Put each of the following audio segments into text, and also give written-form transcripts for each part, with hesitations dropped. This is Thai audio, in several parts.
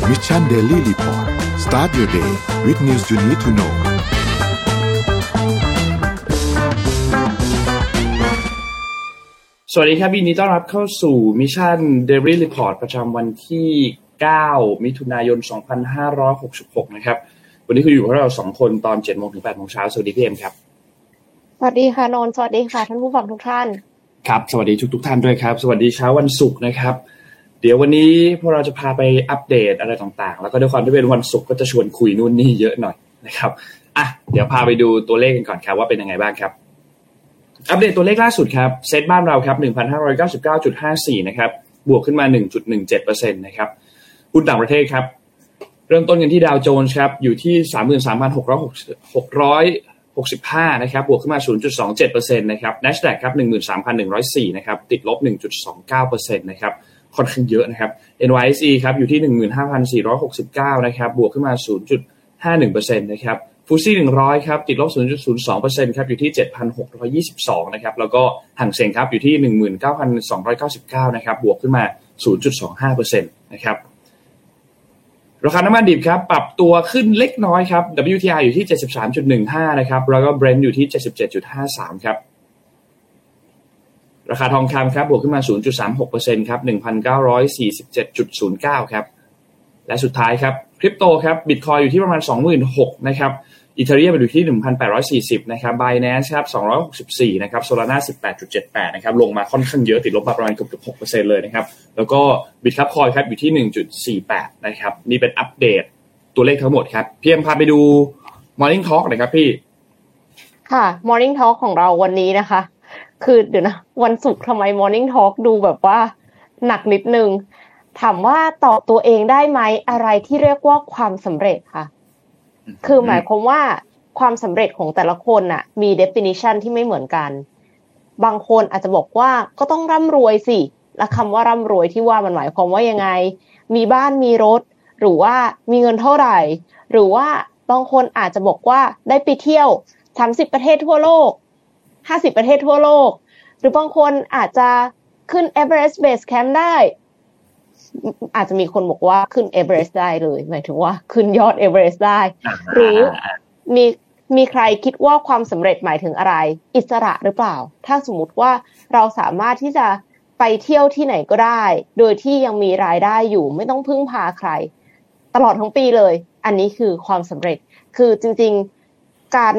Mission Daily Report start your day with news you need to know สวัสดีครับยินดีต้อนรับเข้าสู่ Mission Daily Report ประจำวันที่9มิถุนายน2566นะครับวันนี้คืออยู่กับเรา2คนตอน 7:00 นถึง 8:00 นเช้าสวัสดีพี่เอ็มครับสวัสดีค่ะนนท์สวัสดีค่ะท่านผู้ฟังทุกท่านครับสวัสดีทุกท่านด้วยครับสวัสดีเช้าวันศุกร์นะครับเดี๋ยววันนี้พวกเราจะพาไปอัปเดตอะไรต่างๆแล้วก็ด้วยความที่เป็นวันศุกร์ก็จะชวนคุยนู่นนี่เยอะหน่อยนะครับเดี๋ยวพาไปดูตัวเลขกันก่อนครับว่าเป็นยังไงบ้างครับอัปเดตตัวเลขล่าสุดครับเซ็ตบ้านเราครับ 1,599.54 นะครับบวกขึ้นมา 1.17% นะครับหุ้นต่างประเทศครับเริ่มต้นกันที่ดาวโจนส์ครับอยู่ที่ 33,665 นะครับบวกขึ้นมา 0.27% นะครับ NASDAQ ครับ 13,104 นะครับติดลบ 1.29% นะครับค่อนข้างเยอะนะครับ NYSE ครับอยู่ที่ 15,469 นะครับบวกขึ้นมา 0.51% นะครับฟูซี่100ครับติดลบ 0.02% ครับอยู่ที่ 7,622 นะครับแล้วก็หั่งเส็งครับอยู่ที่ 19,299 นะครับบวกขึ้นมา 0.25% นะครับราคาน้ำมันดิบครับปรับตัวขึ้นเล็กน้อยครับ WTI อยู่ที่ 73.15 นะครับแล้วก็ Brent อยู่ที่ 77.53 ครับราคาทองคำครับบวกขึ้นมา 0.36% ครับ 1,947.09 ครับและสุดท้ายครับคริปโตครับ Bitcoin อยู่ที่ประมาณ 26,000 นะครับEthereum อยู่ที่ 1,840 นะครับ Binance ครับ264นะครับ Solana 18.78 นะครับลงมาค่อนข้างเยอะติดลบมาประมาณเกือบ 6% เลยนะครับแล้วก็ Bitcoin ครับอยู่ที่ 1.48 นะครับนี่เป็นอัปเดตตัวเลขทั้งหมดครับพี่เอ็มพาไปดู Morning Talk หน่อยครับพี่ค่ะ Morning Talk ของเราวันนี้นะคะคือเดี๋ยวนะวันศุกร์ทำไม Morning Talk ดูแบบว่าหนักนิดนึงถามว่าตอบตัวเองได้ไหมอะไรที่เรียกว่าความสำเร็จค่ะคือหมายความว่าความสำเร็จของแต่ละคนน่ะมี definition ที่ไม่เหมือนกันบางคนอาจจะบอกว่าก็ต้องร่ำรวยสิและคำว่าร่ำรวยที่ว่ามันหมายความว่ายังไงมีบ้านมีรถหรือว่ามีเงินเท่าไหร่หรือว่าบางคนอาจจะบอกว่าได้ไปเที่ยว30ประเทศทั่วโลก50ประเทศทั่วโลกหรือบางคนอาจจะขึ้น Everest Base Camp ได้อาจจะมีคนบอกว่าขึ้นเอเวอเรสต์ได้เลยหมายถึงว่าขึ้นยอดเอเวอเรสต์ได้หรือมีใครคิดว่าความสำเร็จหมายถึงอะไรอิสระหรือเปล่าถ้าสมมุติว่าเราสามารถที่จะไปเที่ยวที่ไหนก็ได้โดยที่ยังมีรายได้อยู่ไม่ต้องพึ่งพาใครตลอดทั้งปีเลยอันนี้คือความสำเร็จคือจริงๆการ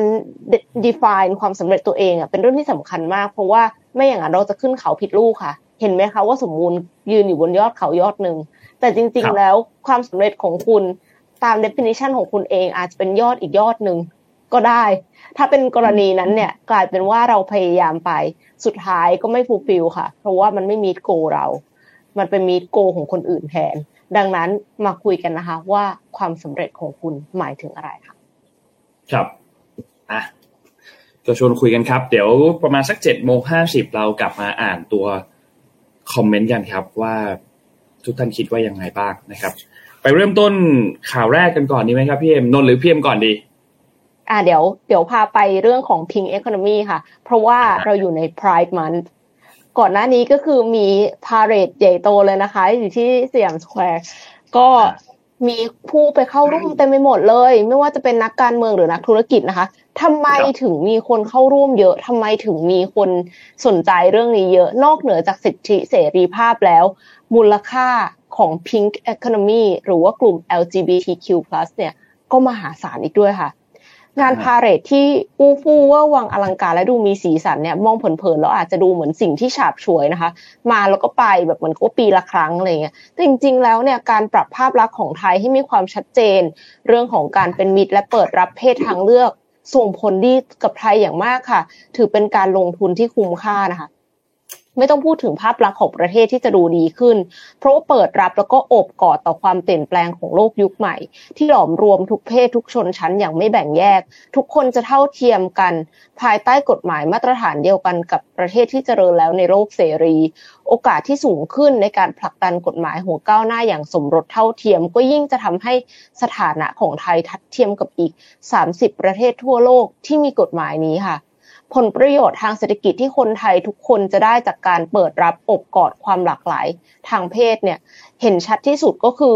define ความสำเร็จตัวเองเป็นเรื่องที่สำคัญมากเพราะว่าไม่อย่างนั้นเราจะขึ้นเขาผิดลูกค่ะเห็นไหมคะว่าสมมูลยืนอยู่บนยอดเขายอดหนึ่งแต่จริงๆแล้วความสำเร็จของคุณตาม definition ของคุณเองอาจจะเป็นยอดอีกยอดหนึ่งก็ได้ถ้าเป็นกรณีนั้นเนี่ยกลายเป็นว่าเราพยายามไปสุดท้ายก็ไม่ fulfill ค่ะเพราะว่ามันไม่ meet goal เรามันเป็น meet goal ของคนอื่นแทนดังนั้นมาคุยกันนะคะว่าความสำเร็จของคุณหมายถึงอะไรค่ะครับจะชวนคุยกันครับเดี๋ยวประมาณสัก 7:50 เรากลับมาอ่านตัวคอมเมนต์กันครับว่าทุกท่านคิดว่ายังไงบ้างนะครับไปเริ่มต้นข่าวแรกกันก่อนดีไหมครับพี่เอ็มนนท์หรือพี่เอ็มก่อนดีเดี๋ยวพาไปเรื่องของ Pink Economy ค่ะเพราะว่าเราอยู่ใน Pride Month ก่อนหน้านี้ก็คือมีพาเหรดใหญ่โตเลยนะคะอยู่ที่สยามสแควร์ก็มีผู้ไปเข้าร่วมเต็มไปหมดเลยไม่ว่าจะเป็นนักการเมืองหรือนักธุรกิจนะคะทำไมถึงมีคนเข้าร่วมเยอะทำไมถึงมีคนสนใจเรื่องนี้เยอะนอกเหนือจากสิทธิเสรีภาพแล้วมูลค่าของ Pink Economy หรือว่ากลุ่ม LGBTQ+ เนี่ยก็มหาศาลอีกด้วยค่ะงานพาเหรดที่อู้ฟู่ว่าวังอลังการและดูมีสีสันเนี่ยมองเผินๆแล้วอาจจะดูเหมือนสิ่งที่ฉาบฉวยนะคะมาแล้วก็ไปแบบเหมือนก็ปีละครั้งอะไรเงี้ยแต่จริงๆแล้วเนี่ยการปรับภาพลักษณ์ของไทยให้มีความชัดเจนเรื่องของการเป็นมิตรและเปิดรับเพศทางเลือกส่งผลดีกับไทยอย่างมากค่ะถือเป็นการลงทุนที่คุ้มค่านะคะไม่ต้องพูดถึงภาพลักษณ์ของประเทศที่จะดูดีขึ้นเพราะว่าเปิดรับแล้วก็โอบกอดต่อความเปลี่ยนแปลงของโลกยุคใหม่ที่หลอมรวมทุกเพศทุกชนชั้นอย่างไม่แบ่งแยกทุกคนจะเท่าเทียมกันภายใต้กฎหมายมาตรฐานเดียวกันกับประเทศที่เจริญแล้วในโลกเสรีโอกาสที่สูงขึ้นในการผลักดันกฎหมายหัวก้าวหน้าอย่างสมรสเท่าเทียมก็ยิ่งจะทำให้สถานะของไทยทัดเทียมกับอีก30ประเทศทั่วโลกที่มีกฎหมายนี้ค่ะ ผลประโยชน์ทางเศรษฐกิจที่คนไทยทุกคนจะได้จากการเปิดรับอบกอดความหลากหลายทางเพศเนี่ยเห็นชัดที่สุดก็คือ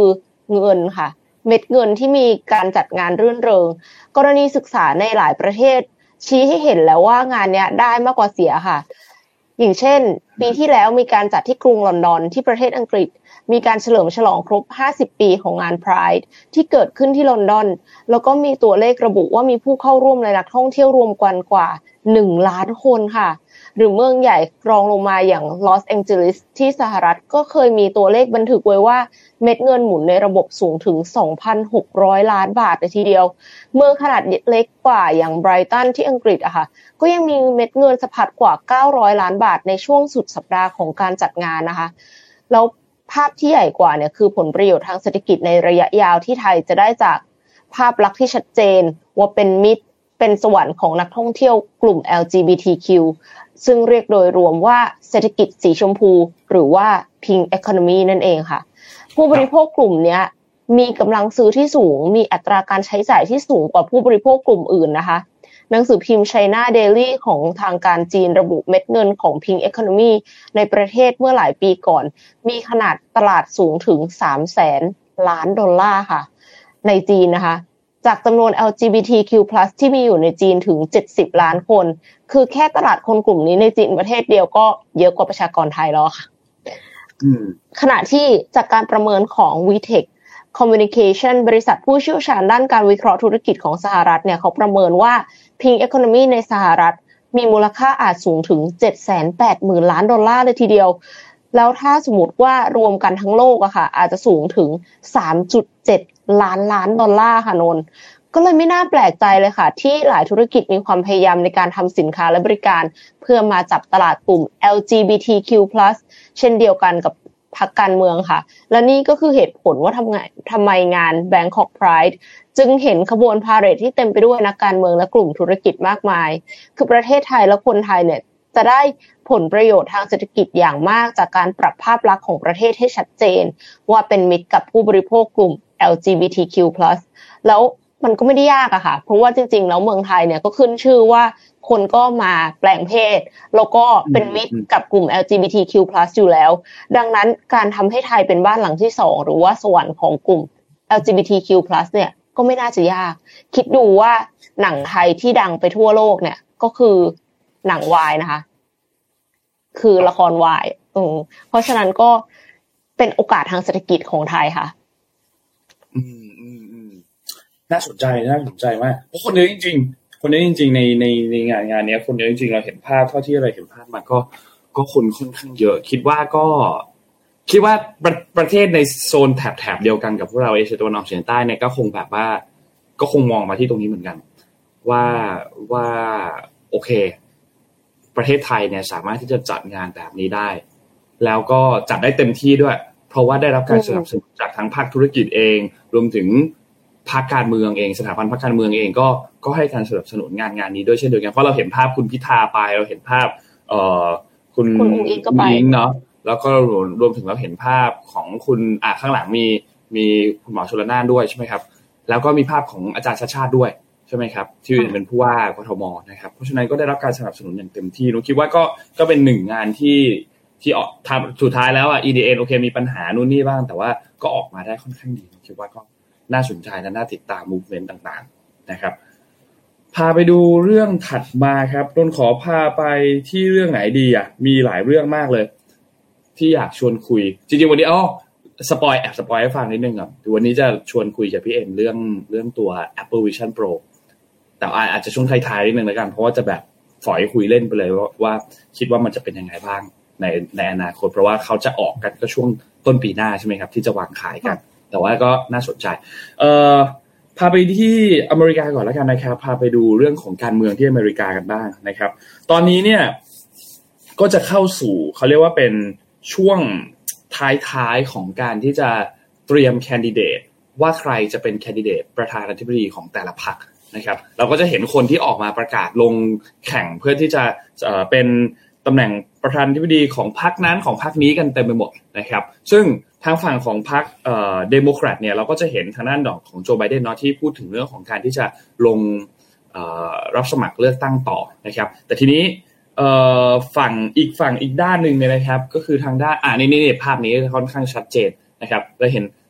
เงินค่ะเม็ดเงินที่มีการจัดงานรื่นเริงกรณีศึกษาในหลายประเทศชี้ให้เห็นแล้วว่างานเนี้ยได้มากกว่าเสียค่ะอย่างเช่นปีที่แล้วมีการจัดที่กรุงลอนดอนที่ประเทศอังกฤษมีการเฉลิมฉลองครบ50ปีของงาน Pride ที่เกิดขึ้นที่ลอนดอนแล้วก็มีตัวเลขระบุว่ามีผู้เข้าร่วมและนักท่องเที่ยวรวมกันกว่า1 ล้านคนค่ะหรือเมืองใหญ่รองลงมาอย่างลอสแองเจลิสที่สหรัฐก็เคยมีตัวเลขบันทึกไว้ว่าเม็ดเงินหมุนในระบบสูงถึง 2,600 ล้านบาทเลยทีเดียวเมืองขนาดเล็กกว่าอย่างไบรตันที่อังกฤษอะค่ะก็ยังมีเม็ดเงินสะพัดกว่า900ล้านบาทในช่วงสุดสัปดาห์ของการจัดงานนะคะแล้วภาพที่ใหญ่กว่าเนี่ยคือผลประโยชน์ทางเศรษฐกิจในระยะยาวที่ไทยจะได้จากภาพลักษณ์ที่ชัดเจนว่าเป็นมิตรเป็นสวรรค์ของนักท่องเที่ยวกลุ่ม LGBTQ ซึ่งเรียกโดยรวมว่าเศรษฐกิจสีชมพูหรือว่า Pink Economy นั่นเองค่ะผู้บริโภคกลุ่มนี้มีกำลังซื้อที่สูงมีอัตราการใช้จ่ายที่สูงกว่าผู้บริโภคกลุ่มอื่นนะคะหนังสือพิมพ์ China Daily ของทางการจีนระบุเม็ดเงินของ Pink Economy ในประเทศเมื่อหลายปีก่อนมีขนาดตลาดสูงถึง 300,000 ล้านดอลลาร์ค่ะในจีนนะคะจากจำนวน LGBTQ+ ที่มีอยู่ในจีนถึง70ล้านคนคือแค่ตลาดคนกลุ่มนี้ในจีนประเทศเดียวก็เยอะกว่าประชากรไทยแล้วค่ะขณะที่จากการประเมินของ VTech Communication บริษัทผู้เชี่ยวชาญด้านการวิเคราะห์ธุรกิจของสหรัฐเนี่ยเขาประเมินว่า Pink Economy ในสหรัฐมีมูลค่าอาจสูงถึง 780,000 ล้านดอลลาร์เลยทีเดียวแล้วถ้าสมมติว่ารวมกันทั้งโลกอะค่ะอาจจะสูงถึง 3.7 ล้านดอลลาร์ค่ะนนท์ก็เลยไม่น่าแปลกใจเลยค่ะที่หลายธุรกิจมีความพยายามในการทำสินค้าและบริการเพื่อมาจับตลาดกลุ่ม LGBTQ+ เช่นเดียวกันกับพรรคการเมืองค่ะและนี่ก็คือเหตุผลว่าทำไมงาน Bangkok Pride จึงเห็นขบวนพาเหรดที่เต็มไปด้วยนักการเมืองและกลุ่มธุรกิจมากมายคือประเทศไทยและคนไทยเนี่ยจะได้ผลประโยชน์ทางเศรษฐกิจอย่างมากจากการปรับภาพลักษณ์ของประเทศให้ชัดเจนว่าเป็นมิตรกับผู้บริโภคกลุ่ม LGBTQ+ แล้วมันก็ไม่ได้ยากอะค่ะเพราะว่าจริงๆแล้วเมืองไทยเนี่ยก็ขึ้นชื่อว่าคนก็มาแปลงเพศแล้วก็เป็นมิตรกับกลุ่ม LGBTQ+ อยู่แล้วดังนั้นการทำให้ไทยเป็นบ้านหลังที่2หรือว่าสวรรค์ของกลุ่ม LGBTQ+ เนี่ยก็ไม่น่าจะยากคิดดูว่าหนังไทยที่ดังไปทั่วโลกเนี่ยก็คือหนังวายนะคะคือละครวายเพราะฉะนั้นก็เป็นโอกาสทางเศรษฐกิจของไทยค่ะน่าสนใจมากเพราะคนเยอะจริงๆในงานนี้คนเยอะจริงๆเราเห็นภาพเท่าที่เราเห็นภาพมาก็คนค่อนข้างเยอะคิดว่าประเทศในโซนแถบเดียวกันกับพวกเราเอเชียตะวันออกเฉียงใต้เนี่ยก็คงแบบว่าก็คงมองมาที่ตรงนี้เหมือนกันว่าโอเคประเทศไทยเนี่ยสามารถที่จะจัดงานแบบนี้ได้แล้วก็จัดได้เต็มที่ด้วยเพราะว่าได้รับการสนับสนุนจากทั้งภาคธุรกิจเองรวมถึงภาคการเมืองเองสถาบันพรรคการเมืองเองก็ให้การสนับสนุนงานนี้ด้วยเช่นเดียวกันเพราะเราเห็นภาพคุณพิธาไปเราเห็นภาพคุณอิงเนาะแล้วก็รวมถึงเราเห็นภาพของคุณข้างหลังมีคุณหมอชลน่านด้วยใช่ไหมครับแล้วก็มีภาพของอาจารย์ชาติชาติด้วยใช่ไหมครับที่เป็นผู้ว่ากทมนะครับเพราะฉะนั้นก็ได้รับการสนับสนุนอย่างเต็มที่นุคิดว่าก็เป็นหนึ่งงานที่ออกทำสุดท้ายแล้วEDN โอเคมีปัญหานู่นนี่บ้างแต่ว่าก็ออกมาได้ค่อนข้างดีคิดว่าก็น่าสนใจและน่าติดตาม movement ต่างๆนะครับพาไปดูเรื่องถัดมาครับต้นขอพาไปที่เรื่องไหนดีมีหลายเรื่องมากเลยที่อยากชวนคุยจริงๆวันนี้สปอยให้ฟังนิดนึงครับวันนี้จะชวนคุยกับพี่เอ็มเรื่องตัว Apple Vision Pro แต่อาจจะช่วงท้ายๆนิดนึงแล้วกันเพราะว่าจะแบบฝอยคุยเล่นไปเลยว่าคิดว่ามันจะเป็นยังไงบ้างในอนาคตเพราะว่าเขาจะออกกันก็ช่วงต้นปีหน้าใช่ไหมครับที่จะวางขายกันแต่ว่าก็น่าสนใจพาไปที่อเมริกาก่อนแล้วกันนะครับพาไปดูเรื่องของการเมืองที่อเมริกากันบ้างนะครับตอนนี้เนี่ยก็จะเข้าสู่เขาเรียกว่าเป็นช่วงท้ายๆของการที่จะเตรียมแคนดิเดตว่าใครจะเป็นแคนดิเดตประธานาธิบดีของแต่ละพรรคนะครับเราก็จะเห็นคนที่ออกมาประกาศลงแข่งเพื่อที่จะเป็นตำแหน่งประธานาธิบดีของพรรคนั้นของพรรคนี้กันเต็มไปหมดนะครับซึ่งทางฝั่งของพรรคเดโมแครตเนี่ยเราก็จะเห็นทางด้านของโจไบเดนเนาะที่พูดถึงเรื่องของการที่จะลงรับสมัครเลือกตั้งต่อนะครับแต่ทีนี้ฝั่งอีกด้านนึงเนี่ยนะครับก็คือทางด้านนี่ภาพนี้ค่อนข้างชัดเจนนะครับเราเห็น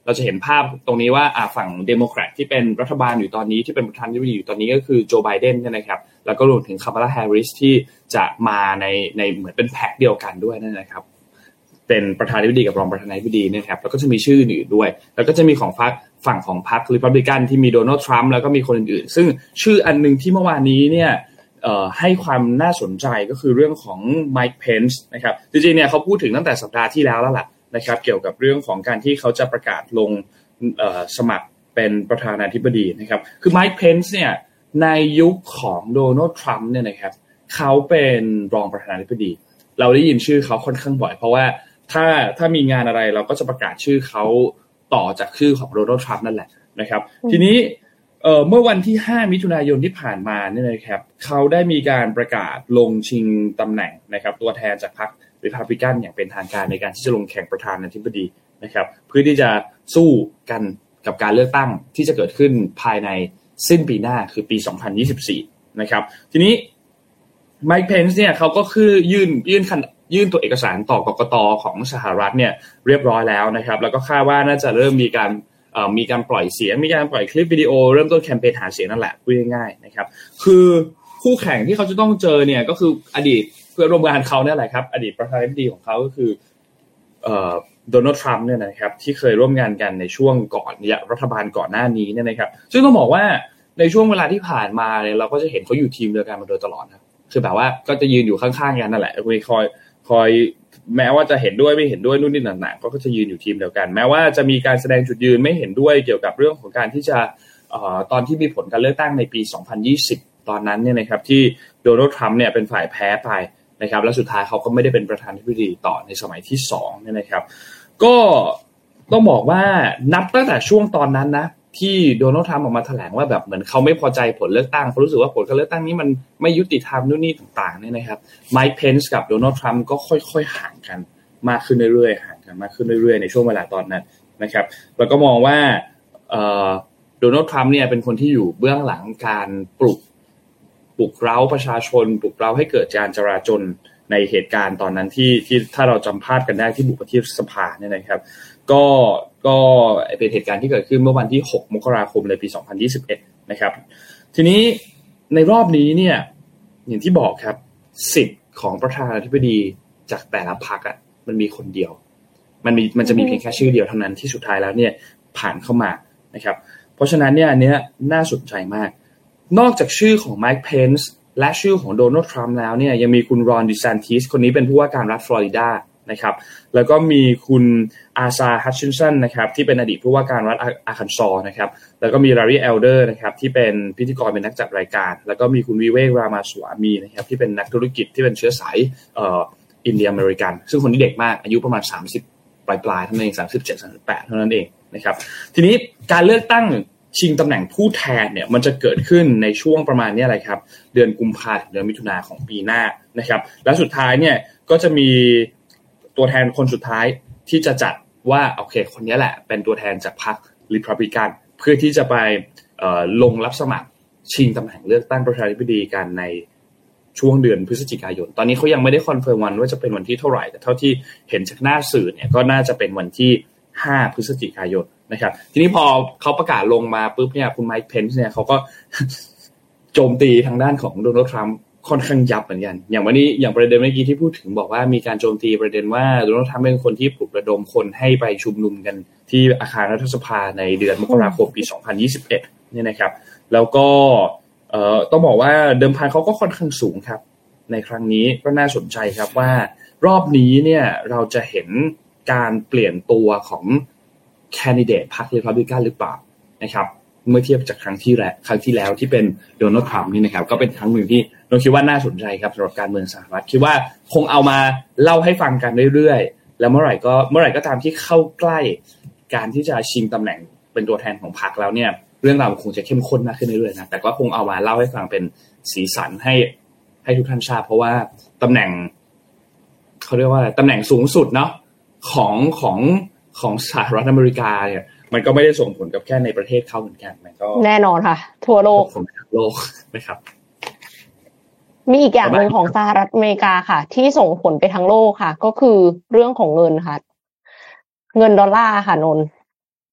เราจะเห็นภาพตรงนี้ว่าฝั่งเดโมแครตที่เป็นรัฐบาลอยู่ตอนนี้ที่เป็นประธานาธิบดีอยู่ตอนนี้ก็คือโจไบเดนนะครับแล้วก็รวมถึงคามาลาแฮร์ริสที่จะมาในเหมือนเป็นแพ็คเดียวกันด้วยนะครับเป็นประธานาธิบดีกับรองประธานาธิบดีนะครับแล้วก็จะมีชื่ออื่นด้วยแล้วก็จะมีของฝั่งของพรรครีพับลิกันที่มีโดนัลด์ทรัมป์แล้วก็มีคนอื่นๆซึ่งชื่ออันนึงที่เมื่อวานนี้เนี่ยให้ความน่าสนใจก็คือเรื่องของไมค์เพนส์นะครับจริงๆเนี่ยเขาพูดถึงตั้งแต่สัปดาห์ที่แล้วล่ะนะครับเกี่ยวกับเรื่องของการที่เขาจะประกาศลงสมัครเป็นประธานาธิบดีนะครับคือไมค์เพนส์เนี่ยในยุคของโดนัลด์ทรัมป์เนี่ยนะครับเขาเป็นรองประธานาธิบดีเราได้ยินชื่อเขาค่อนข้างบ่อยเพราะว่าถ้ามีงานอะไรเราก็จะประกาศชื่อเขาต่อจากชื่อของโดนัลด์ทรัมป์นั่นแหละนะครับทีนี้เมื่อวันที่5มิถุนายนที่ผ่านมาเนี่ยนะครับเขาได้มีการประกาศลงชิงตำแหน่งนะครับตัวแทนจากพรรครีพับลิกันอย่างเป็นทางการในการที่จะลงแข่งประธานาธิบดีนะครับเพื่อที่จะสู้กันกับการเลือกตั้งที่จะเกิดขึ้นภายในสิ้นปีหน้าคือปี2024นะครับทีนี้ไมค์เพนส์เนี่ยเขาก็คือยื่นตัวเอกสารต่อกกต.ของสหรัฐเนี่ยเรียบร้อยแล้วนะครับแล้วก็คาดว่าน่าจะเริ่มมีการปล่อยเสียงมีการปล่อยคลิปวิดีโอเริ่มต้นแคมเปญหาเสียงนั่นแหละพูดง่ายๆนะครับคือคู่แข่งที่เขาจะต้องเจอเนี่ยก็คืออดีตเพื่อนร่วมงานเขาเนี่ยแหละครับอดีตประธานาธิบดีของเขาก็คือโดนัลด์ทรัมป์เนี่ยนะครับที่เคยร่วมงานกันในช่วงก่อนรัฐบาลก่อนหน้านี้เนี่ยนะครับซึ่งต้องบอกว่าในช่วงเวลาที่ผ่านมาเนี่ยเราก็จะเห็นเขาอยู่ทีมเดียวกันมาโดยตลอดนะคือแบบว่าก็จะยืนอยู่ข้างๆกันนั่นแหละคอยแม้ว่าจะเห็นด้วยไม่เห็นด้วยนู่นนี่ต่างๆก็จะยืนอยู่ทีมเดียวกันแม้ว่าจะมีการแสดงจุดยืนไม่เห็นด้วยเกี่ยวกับเรื่องของการที่จะตอนที่มีผลการเลือกตั้งในปี2020ตอนนั้นเนี่ยนะครับที่โดนัลด์ทรัมป์เนี่ยเป็นฝ่ายแพ้ไปนะครับแล้วสุดท้ายเขาก็ไม่ได้เป็นประธานาธิบดีต่อในสมัยที่2เนี่ยนะครับก็ต้องบอกว่านับตั้งแต่ช่วงตอนนั้นนะที่โดนัลด์ทรัมป์ออกมาแถลงว่าแบบเหมือนเขาไม่พอใจผลเลือกตั้งเขารู้สึกว่าผลการเลือกตั้งนี้มันไม่ยุติธรรมนู่นนี่ต่างๆเนี่ยนะครับไมค์เพนส์กับโดนัลด์ทรัมป์ก็ค่อยๆห่างกันมากขึ้นเรื่อยๆห่างกันมากขึ้นเรื่อยๆในช่วงเวลาตอนนั้นนะครับแล้วก็มองว่าโดนัลด์ทรัมป์เนี่ยเป็นคนที่อยู่เบื้องหลังการปลุกเร้าประชาชนปลุกเร้าให้เกิดการจราจลในเหตุการณ์ตอนนั้นที่ถ้าเราจำภาพกันได้ที่บุกไปที่สภาเนี่ยนะครับก็เป็นเหตุการณ์ที่เกิดขึ้นเมื่อวันที่6มกราคมในปี2021นะครับทีนี้ในรอบนี้เนี่ยอย่างที่บอกครับสิทธิ์ของประธานาธิบดีจากแต่ละพรรคอ่ะมันมีคนเดียวมันจะมีเพียงแค่ชื่อเดียวเท่านั้นที่สุดท้ายแล้วเนี่ยผ่านเข้ามานะครับเพราะฉะนั้นเนี่ยอันเนี้ยน่าสนใจมากนอกจากชื่อของไมค์เพนส์และชื่อของโดนัลด์ทรัมป์แล้วเนี่ยยังมีคุณรอนดิแซนติสคนนี้เป็นผู้ว่าการรัฐฟลอริดานะครับแล้วก็มีคุณอาซาฮัตชินสันนะครับที่เป็นอดีตผู้ว่าการรัฐอาร์คันซอส์นะครับแล้วก็มีลารีเอลเดอร์นะครับที่เป็นพิธีกรเป็นนักจัดรายการแล้วก็มีคุณวิเวกรามาสวามีนะครับที่เป็นนักธุรกิจที่เป็นเชื้อสายอินเดียอเมริกันซึ่งคนนี้เด็กมากอายุประมาณ30ปลายๆเท่านั้นเอง37-38เท่านั้นเองนะครับทีนี้การเลือกตั้งชิงตำแหน่งผู้แทนเนี่ยมันจะเกิดขึ้นในช่วงประมาณนี้อะไรครับเดือนกุมภาพันธ์เดือนมิถุนายนของปีหน้านะครับและสุดท้ายเนี่ยก็จะมีตัวแทนคนสุดท้ายที่จะจัดว่าโอเคคนนี้แหละเป็นตัวแทนจากพรรครีพับลิกันเพื่อที่จะไปลงรับสมัครชิงตำแหน่งเลือกตั้งประธานาธิบดีกันในช่วงเดือนพฤศจิกายนตอนนี้เขายังไม่ได้คอนเฟิร์มวันว่าจะเป็นวันที่เท่าไหร่แต่เท่าที่เห็นจากหน้าสื่อเนี่ยก็น่าจะเป็นวันที่5พฤศจิกายนนะครับทีนี้พอเขาประกาศลงมาปุ๊บเนี่ยคุณไมค์เพนส์เนี่ยเขาก็ โจมตีทางด้านของโดนัลด์ทรัมป์ค่อนข้างยับเหมือนกันอย่างวันนี้อย่างประเด็นเมื่อกี้ที่พูดถึงบอกว่ามีการโจมตีประเด็นว่าโดนัลด์ทรัมป์เป็นคนที่ปลุกระดมคนให้ไปชุมนุมกันที่อาคารรัฐสภาในเดือนมกราคมปี2021เนี่ยนะครับแล้วก็ต้องบอกว่าเดิมพันเขาก็ค่อนข้างสูงครับในครั้งนี้ก็น่าสนใจครับว่ารอบนี้เนี่ยเราจะเห็นการเปลี่ยนตัวของแคนดิเดตพรรครีพับลิกันหรือเปล่านะครับเมื่อเทียบจากครั้งที่แล้วที่เป็นโดนัลด์ทรัมป์นี่นะครับก็เป็นครั้งหนึ่งที่เราคิดว่าน่าสนใจครับสำหรับการเมืองสหรัฐคิดว่าคงเอามาเล่าให้ฟังกันเรื่อยๆแล้วเมื่อไหร่ก็ตามที่เข้าใกล้การที่จะชิงตำแหน่งเป็นตัวแทนของพรรคแล้วเนี่ยเรื่องราวคงจะเข้มข้นมากขึ้นเรื่อยๆนะแต่ก็คงเอามาเล่าให้ฟังเป็นสีสันให้ทุกท่านทราบเพราะว่าตำแหน่งเขาเรียกว่าตำแหน่งสูงสุดเนาะของสหรัฐอเมริกาเนี่ยมันก็ไม่ได้ส่งผลกับแค่ในประเทศเขาเหมือนกันมันก็แน่นอนค่ะทั่วโลกนะครับมีอีกอย่างนึงของสหรัฐอเมริกาค่ะที่ส่งผลไปทั้งโลกค่ะก็คือเรื่องของเงินค่ะเงินดอลลาร์ค่ะนนท์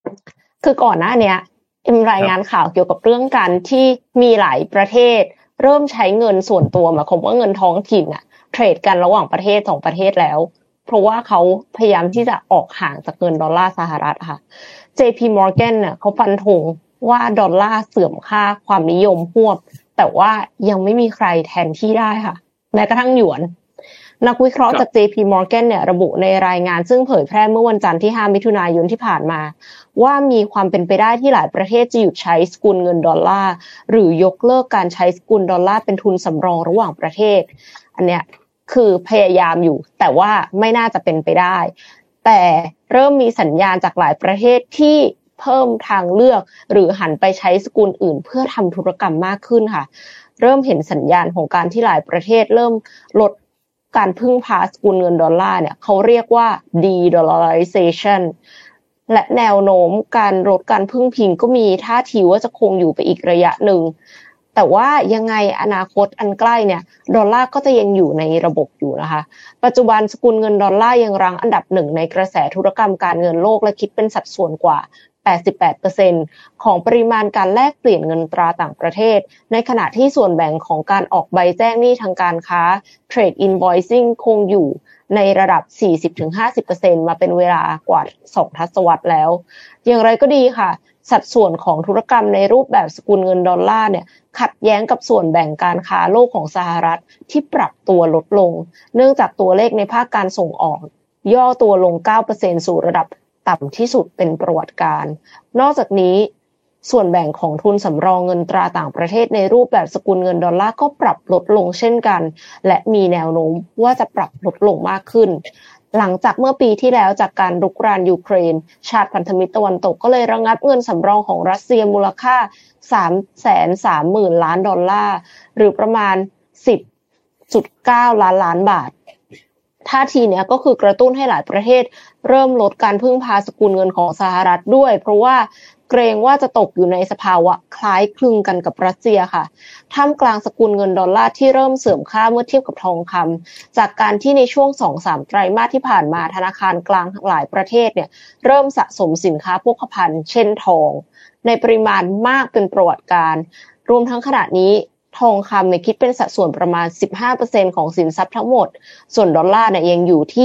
คือก่อนหน้าเนี้ยรายงานข่าวเกี่ยวกับเรื่องการที่มีหลายประเทศเริ่มใช้เงินส่วนตัวหมายความว่าเงินท้องถิ่นน่ะเทรดกันระหว่างประเทศ2ประเทศแล้วเพราะว่าเขาพยายามที่จะออกห่างจากเงินดอลลาร์สหรัฐค่ะ JP Morgan น่ะเขาฟันธงว่าดอลลาร์เสื่อมค่าความนิยมหวบแต่ว่ายังไม่มีใครแทนที่ได้ค่ะแม้กระทั่งหยวนนักวิเคราะห์จาก JP Morgan เนี่ยระบุในรายงานซึ่งเผยแพร่เมื่อวันจันทร์ที่5มิถุนายนที่ผ่านมาว่ามีความเป็นไปได้ที่หลายประเทศจะหยุดใช้สกุลเงินดอลลาร์หรือยกเลิกการใช้สกุลดอลลาร์เป็นทุนสำรองระหว่างประเทศอันเนี้ยคือพยายามอยู่แต่ว่าไม่น่าจะเป็นไปได้แต่เริ่มมีสัญญาณจากหลายประเทศที่เพิ่มทางเลือกหรือหันไปใช้สกุลอื่นเพื่อทำธุรกรรมมากขึ้นค่ะเริ่มเห็นสัญญาณของการที่หลายประเทศเริ่มลดการพึ่งพาสกุลเงินดอลลาร์เนี่ยเขาเรียกว่า de-dollarization และแนวโน้มการลดการพึ่งพิงก็มีท่าทีว่าจะคงอยู่ไปอีกระยะหนึ่งแต่ว่ายังไงอนาคตอันใกล้เนี่ยดอลลาร์ก็จะยังอยู่ในระบบอยู่นะคะปัจจุบันสกุลเงินดอลลาร์ยังรั้งอันดับ1ในกระแสธุรกรรมการเงินโลกและคิดเป็นสัดส่วนกว่า88% ของปริมาณการแลกเปลี่ยนเงินตราต่างประเทศในขณะที่ส่วนแบ่งของการออกใบแจ้งหนี้ทางการค้า Trade Invoicing คงอยู่ในระดับ 40-50% มาเป็นเวลากว่า2 ทศวรรษแล้วอย่างไรก็ดีค่ะสัดส่วนของธุรกรรมในรูปแบบสกุลเงินดอลลาร์เนี่ยขัดแย้งกับส่วนแบ่งการค้าโลกของสหรัฐที่ปรับตัวลดลงเนื่องจากตัวเลขในภาคการส่งออกย่อตัวลง 9% สู่ระดับต่ำที่สุดเป็นประวัติการณ์นอกจากนี้ส่วนแบ่งของทุนสำรองเงินตราต่างประเทศในรูปแบบสกุลเงินดอลลาร์ก็ปรับลดลงเช่นกันและมีแนวโน้มว่าจะปรับลดลงมากขึ้นหลังจากเมื่อปีที่แล้วจากการรุกรานยูเครนชาติพันธมิตรตะวันตกก็เลยระงับเงินสำรองของรัสเซียมูลค่า 330,000 ล้านดอลลาร์หรือประมาณ 10.9 ล้านบาทท่าทีเนี้ยก็คือกระตุ้นให้หลายประเทศเริ่มลดการพึ่งพาสกุลเงินของสหรัฐด้วยเพราะว่าเกรงว่าจะตกอยู่ในสภาวะคล้ายคลึงกันกับรัสเซียค่ะท่ามกลางสกุลเงินดอลลาร์ที่เริ่มเสื่อมค่าเมื่อเทียบกับทองคำจากการที่ในช่วง 2-3 ไตรมาสที่ผ่านมาธนาคารกลางหลายประเทศเนี่ยเริ่มสะสมสินค้าโภคภัณฑ์เช่นทองในปริมาณมากเป็นประวัติการณ์รวมทั้งขณะนี้ทองคำเนี่ยคิดเป็นสัดส่วนประมาณ 15% ของสินทรัพย์ทั้งหมดส่วนดอลลาร์เนี่ยยังอยู่ที่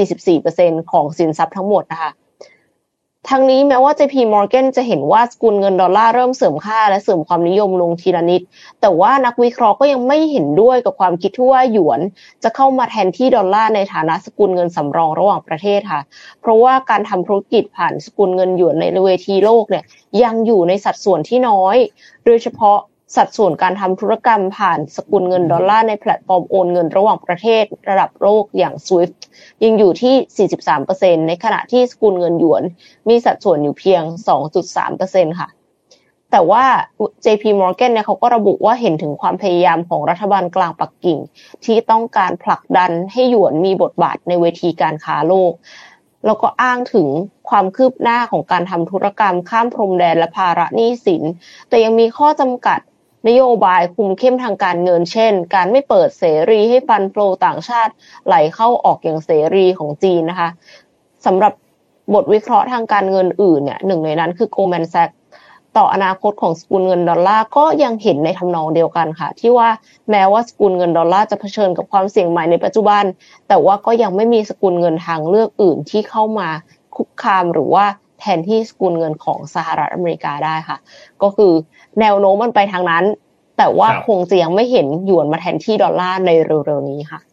44% ของสินทรัพย์ทั้งหมดนะคะทั้งนี้แม้ว่า JP Morgan จะเห็นว่าสกุลเงินดอลลาร์เริ่มเสื่อมค่าและเสื่อมความนิยมลงทีละนิดแต่ว่านักวิเคราะห์ก็ยังไม่เห็นด้วยกับความคิดที่ว่าหยวนจะเข้ามาแทนที่ดอลลาร์ในฐานะสกุลเงินสำรองระหว่างประเทศค่ะเพราะว่าการทำธุรกิจผ่านสกุลเงินหยวนในเวทีโลกเนี่ยยังอยู่ในสัดส่วนที่น้อยโดยเฉพาะสัดส่วนการทำธุรกรรมผ่านสกุลเงินดอลลาร์ในแพลตฟอร์มโอนเงินระหว่างประเทศระดับโลกอย่าง SWIFT ยังอยู่ที่ 43% ในขณะที่สกุลเงินหยวนมีสัดส่วนอยู่เพียง 2.3% ค่ะแต่ว่า JP Morgan เนี่ยเขาก็ระบุว่าเห็นถึงความพยายามของรัฐบาลกลางปักกิ่งที่ต้องการผลักดันให้หยวนมีบทบาทในเวทีการค้าโลกแล้วก็อ้างถึงความคืบหน้าของการทำธุรกรรมข้ามพรมแดนและภาระหนี้สินแต่ยังมีข้อจำกัดนโยบายคุมเข้มทางการเงินเช่นการไม่เปิดเสรีให้ฟันโฟลต่างชาติไหลเข้าออกอย่างเสรีของจีนนะคะสำหรับบทวิเคราะห์ทางการเงินอื่นเนี่ยหนึ่งในนั้นคือ Goldman Sachs ต่ออนาคตของสกุลเงินดอลลาร์ก็ยังเห็นในทำนองเดียวกันค่ะที่ว่าแม้ว่าสกุลเงินดอลลาร์จะเผชิญกับความเสี่ยงใหม่ในปัจจุบันแต่ว่าก็ยังไม่มีสกุลเงินทางเลือกอื่นที่เข้ามาคุกคามหรือว่าแทนที่สกุลเงินของสหรัฐอเมริกาได้ค่ะก็คือแนวโน้มมันไปทางนั้นแต่ว่าคงจะยังไม่เห็นหยวนมาแทนที่ดอลลาร์ในเร็วๆนี้ค่ะ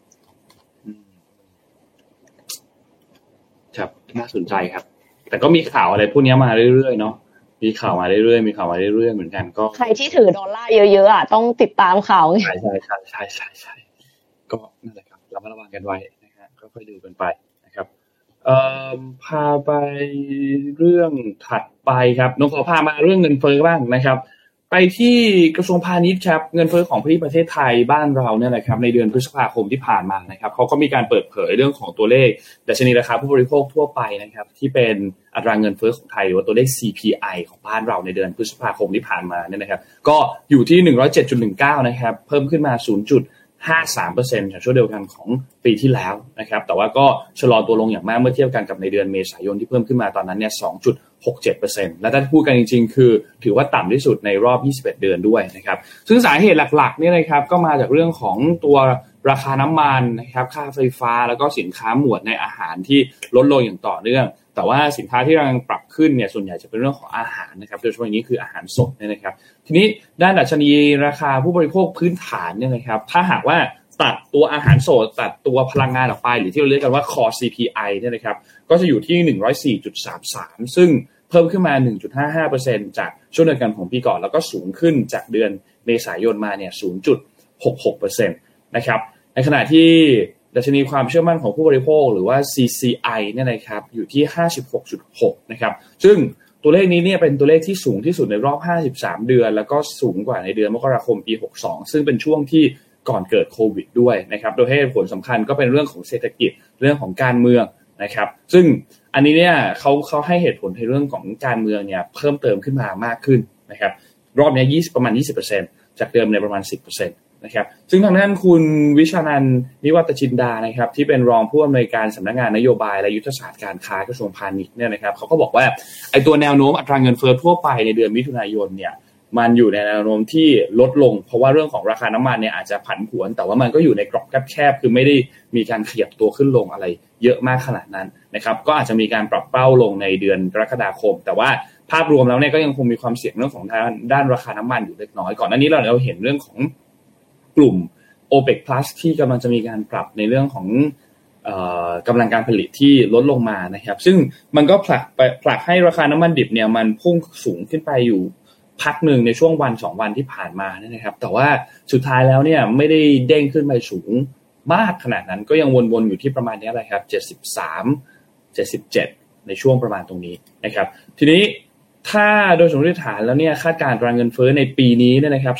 ครับน่าสนใจครับแต่ก็มีข่าวอะไรพวกนี้มาเรื่อยๆเนาะมีข่าวมาเรื่อยๆมีข่าวมาเรื่อยๆเหมือนกันก็ใครที่ถือดอลลาร์เยอะๆอ่ะต้องติดตามข่าวใช่ก็นั่นแหละครับระวังกันไว้นะฮะค่อยๆดูกันไปนะครับพาไปเรื่องถัดไปครับน้องขอพามาเรื่องเงินเฟ้อบ้างนะครับไปที่กระทรวงพาณิชย์ครับเงินเฟ้อของประเทศไทยบ้านเราเนี่ยแหละครับในเดือนพฤษภาคมที่ผ่านมานะครับเขาก็มีการเปิดเผยเรื่องของตัวเลขดัชนีราคาผู้บริโภคทั่วไปนะครับที่เป็นอัตราเงินเฟ้อของไทยหรือว่าตัวเลข CPI ของบ้านเราในเดือนพฤษภาคมที่ผ่านมาเนี่ยนะครับก็อยู่ที่ 107.19 นะครับเพิ่มขึ้นมา 0.53% จากช่วงเดียวกันของปีที่แล้วนะครับแต่ว่าก็ชะลอตัวลงอย่างมากเมื่อเทียบกันกับในเดือนเมษายนที่เพิ่มขึ้นมาตอนนั้นเนี่ย 2.67% และถ้าพูดกันจริงๆคือถือว่าต่ำที่สุดในรอบ21เดือนด้วยนะครับซึ่งสาเหตุหลักๆเนี่ยนะครับก็มาจากเรื่องของตัวราคาน้ำมันนะครับค่าไฟฟ้าแล้วก็สินค้าหมวดในอาหารที่ลดลงอย่างต่อเนื่องแต่ว่าสินค้าที่กำลังปรับขึ้นเนี่ยส่วนใหญ่จะเป็นเรื่องของอาหารนะครับโดยเฉพาะอย่างนี้คืออาหารสดเนี่ยนะครับทีนี้ด้านดัชนีราคาผู้บริโภคพื้นฐานเนี่ยนะครับถ้าหากว่าตัดตัวอาหารสดตัดตัวพลังงานออกไปหรือที่เราเรียกกันว่า Core CPI เนี่ยนะครับก็จะอยู่ที่ 104.33 ซึ่งเพิ่มขึ้นมา 1.55% จากช่วงเดียวกันของปีก่อนแล้วก็สูงขึ้นจากเดือนเมษายนมาเนี่ย 0.66% นะครับในขณะที่ดัชนีความเชื่อมั่นของผู้บริโภคหรือว่า CCI เนี่ยนะครับอยู่ที่ 56.6 นะครับซึ่งตัวเลขนี้เนี่ยเป็นตัวเลขที่สูงที่สุดในรอบ53เดือนแล้วก็สูงกว่าในเดือนมกราคมปี62ซึ่งเป็นช่วงที่ก่อนเกิดโควิดด้วยนะครับโดยเหตุผลสำคัญก็เป็นเรื่องของเศรษฐกิจเรื่องของการเมืองนะครับซึ่งอันนี้เนี่ยเขาให้เหตุผลในเรื่องของการเมืองเนี่ยเพิ่มเติมขึ้นมามากขึ้นนะครับรอบนี้ประมาณ 20% จากเดิมในประมาณ 10%นะครับซึ่งทางด้านคุณวิชานันท์นิวัตจินดานะครับที่เป็นรองผู้อำนวยการสำนักงานนโยบายและยุทธศาสตร์การค้ากระทรวงพาณิชย์เนี่ยนะครับเขาก็บอกว่าไอ้ตัวแนวโน้มอัตราเงินเฟ้อทั่วไปในเดือนมิถุนายนเนี่ยมันอยู่ในแนวโน้มที่ลดลงเพราะว่าเรื่องของราคาน้ำมันเนี่ยอาจจะผันผวนแต่ว่ามันก็อยู่ในกรอบแคบๆคือไม่ได้มีการขยับตัวขึ้นลงอะไรเยอะมากขนาดนั้นนะครับก็อาจจะมีการปรับเป้าลงในเดือนกรกฎาคมแต่ว่าภาพรวมแล้วเนี่ยก็ยังคงมีความเสี่ยงเรื่องของด้านราคาน้ำมันอยู่เล็กน้อยก่อนหน้านี้เราเห็นเรื่องของกลุ่ม OPEC Plus ที่กำลังจะมีการปรับในเรื่องของกำลังการผลิตที่ลดลงมานะครับซึ่งมันก็ผลักให้ราคาน้ำมันดิบเนี่ยมันพุ่งสูงขึ้นไปอยู่พักหนึ่งในช่วงวัน2วันที่ผ่านมานะครับแต่ว่าสุดท้ายแล้วเนี่ยไม่ได้เด้งขึ้นไปสูงมากขนาดนั้นก็ยังวนๆอยู่ที่ประมาณนี้แหละครับ73 77ในช่วงประมาณตรงนี้นะครับทีนี้ถ้าโดยสมมติฐานแล้วเนี่ยคาดการณ์อัตราเงินเฟ้อในปีนี้เนี่ยนะครับ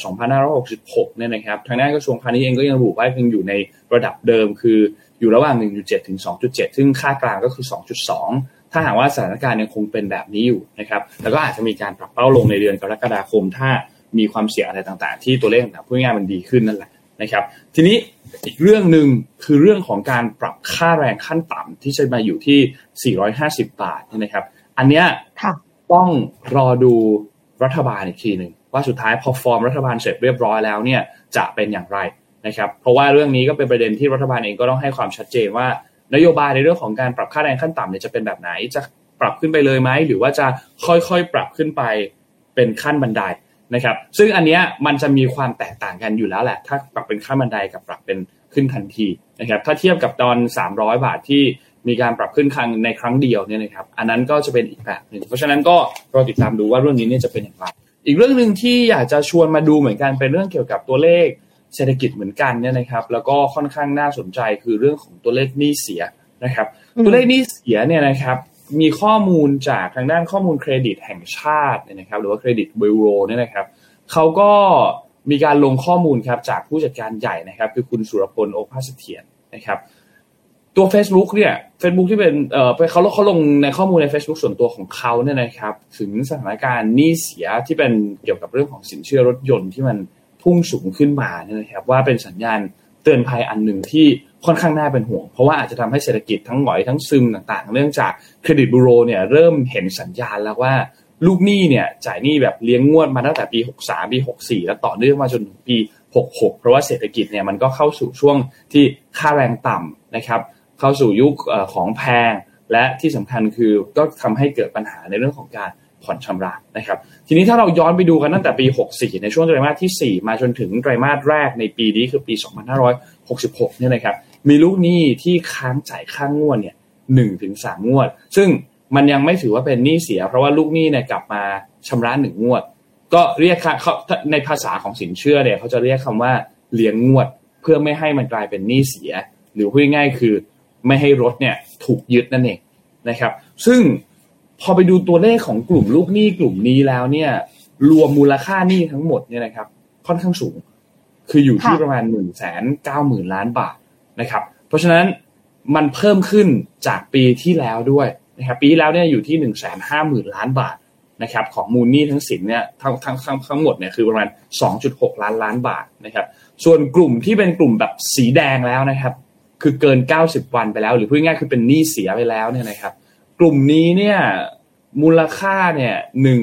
2566เนี่ยนะครับทางด้านกระทรวงพาณิชย์เองก็ยังระบุว่ายังอยู่ในระดับเดิมคืออยู่ระหว่าง 1.7 ถึง 2.7 ซึ่งค่ากลางก็คือ 2.2 ถ้าหากว่าสถานการณ์ยังคงเป็นแบบนี้อยู่นะครับแล้วก็อาจจะมีการปรับเป้าลงในเดือนกรกฎาคมถ้ามีความเสี่ยงอะไรต่างๆที่ตัวเลขต่างๆพูดง่ายๆมันดีขึ้นนั่นแหละนะครับทีนี้อีกเรื่องนึงคือเรื่องของการปรับค่าแรงขั้นต่ำที่จะมาอยู่ที่450บาทนะครับอันเนี้ยต้องรอดูรัฐบาลอีกทีนึงว่าสุดท้ายพอฟอร์มรัฐบาลเสร็จเรียบร้อยแล้วเนี่ยจะเป็นอย่างไรนะครับเพราะว่าเรื่องนี้ก็เป็นประเด็นที่รัฐบาลเองก็ต้องให้ความชัดเจนว่านโยบายในเรื่องของการปรับค่าแรงขั้นต่ำเนี่ยจะเป็นแบบไหนจะปรับขึ้นไปเลยไหมหรือว่าจะค่อยๆปรับขึ้นไปเป็นขั้นบันไดนะครับซึ่งอันเนี้ยมันจะมีความแตกต่างกันอยู่แล้วแหละถ้าปรับเป็นขั้นบันไดกับปรับเป็นขึ้นทันทีนะครับถ้าเทียบกับตอน300บาทที่มีการปรับขึ้นในครั้งเดียวเนี่ยนะครับอันนั้นก็จะเป็นอีกแบบนึงเพราะฉะนั้นก็รอติดตามดูว่าเรื่องนี้เนี่ยจะเป็นอย่างไรอีกเรื่องนึงที่อยากจะชวนมาดูเหมือนกันเป็นเรื่องเกี่ยวกับตัวเลขเศรษฐกิจเหมือนกันเนี่ยนะครับแล้วก็ค่อนข้างน่าสนใจคือเรื่องของตัวเลขหนี้เสียนะครับตัวเลขหนี้เสียเนี่ยนะครับมีข้อมูลจากทางด้านข้อมูลเครดิตแห่งชาติเนี่ยนะครับหรือว่าเครดิตบูโรเนี่ยนะครับเขาก็มีการลงข้อมูลครับจากผู้จัดการใหญ่นะครับคือคุณสุรพลโอภาสเสถียรนะครับตัว Facebook เนี่ย Facebook ที่เป็นเขาลงในข้อมูลใน Facebook ส่วนตัวของเขาเนี่ยนะครับถึงสถานการณ์หนี้เสียที่เป็นเกี่ยวกับเรื่องของสินเชื่อรถยนต์ที่มันพุ่งสูงขึ้นมาเนี่ยนะครับว่าเป็นสัญญาณเตือนภัยอันหนึ่งที่ค่อนข้างน่าเป็นห่วงเพราะว่าอาจจะทำให้เศรษฐกิจทั้งหงอยทั้งซึมต่างๆเนื่องจากเครดิตบูโรเนี่ยเริ่มเห็นสัญญาณแล้วว่าลูกหนี้เนี่ยจ่ายหนี้แบบเลี้ยงงวดมาตั้งแต่ปี63ปี64แล้วต่อเนื่องมาจนถึงปี66เพราะว่าเศรษฐกิจเนี่ยมันก็เข้าสู่ช่วงที่ค่าแรงต่ำนะครับเข้าสู่ยุคของแพงและที่สำคัญคือก็ทำให้เกิดปัญหาในเรื่องของการผ่อนชำระนะครับทีนี้ถ้าเราย้อนไปดูกันตั้งแต่ปี64ในช่วงไตรมาสที่4มาจนถึงไตรมาสแรกในปีนี้คือปี2566เนี่ยนะครับมีลูกหนี้ที่ค้างจ่ายค่างวดเนี่ย 1-3 งวดซึ่งมันยังไม่ถือว่าเป็นหนี้เสียเพราะว่าลูกหนี้เนี่ยกลับมาชำระ1งวดก็เรียกเขาในภาษาของสินเชื่อเนี่ยเขาจะเรียกคำว่าเลี้ยงงวดเพื่อไม่ให้มันกลายเป็นหนี้เสียหรือพูดง่ายๆคือไม่ให้รถเนี่ยถูกยึดนั่นเองนะครับซึ่งพอไปดูตัวเลขของกลุ่มลูกหนี้กลุ่มนี้แล้วเนี่ยรวมมูลค่าหนี้ทั้งหมดเนี่ยนะครับค่อนข้างสูงคืออยู่ที่ประมาณ 190,000 ล้านบาทนะครับเพราะฉะนั้นมันเพิ่มขึ้นจากปีที่แล้วด้วยนะครับปีที่แล้วเนี่ยอยู่ที่ 150,000 ล้านบาทนะครับของมูลหนี้ทั้งสินเนี่ยทั้งหมดเนี่ยคือประมาณ 2.6 ล้านบาทนะครับส่วนกลุ่มที่เป็นกลุ่มแบบสีแดงแล้วนะครับคือเกิน90วันไปแล้วหรือพูดง่ายๆคือเป็นหนี้เสียไปแล้วเนี่ยนะครับกลุ่มนี้เนี่ยมูลค่าเนี่ย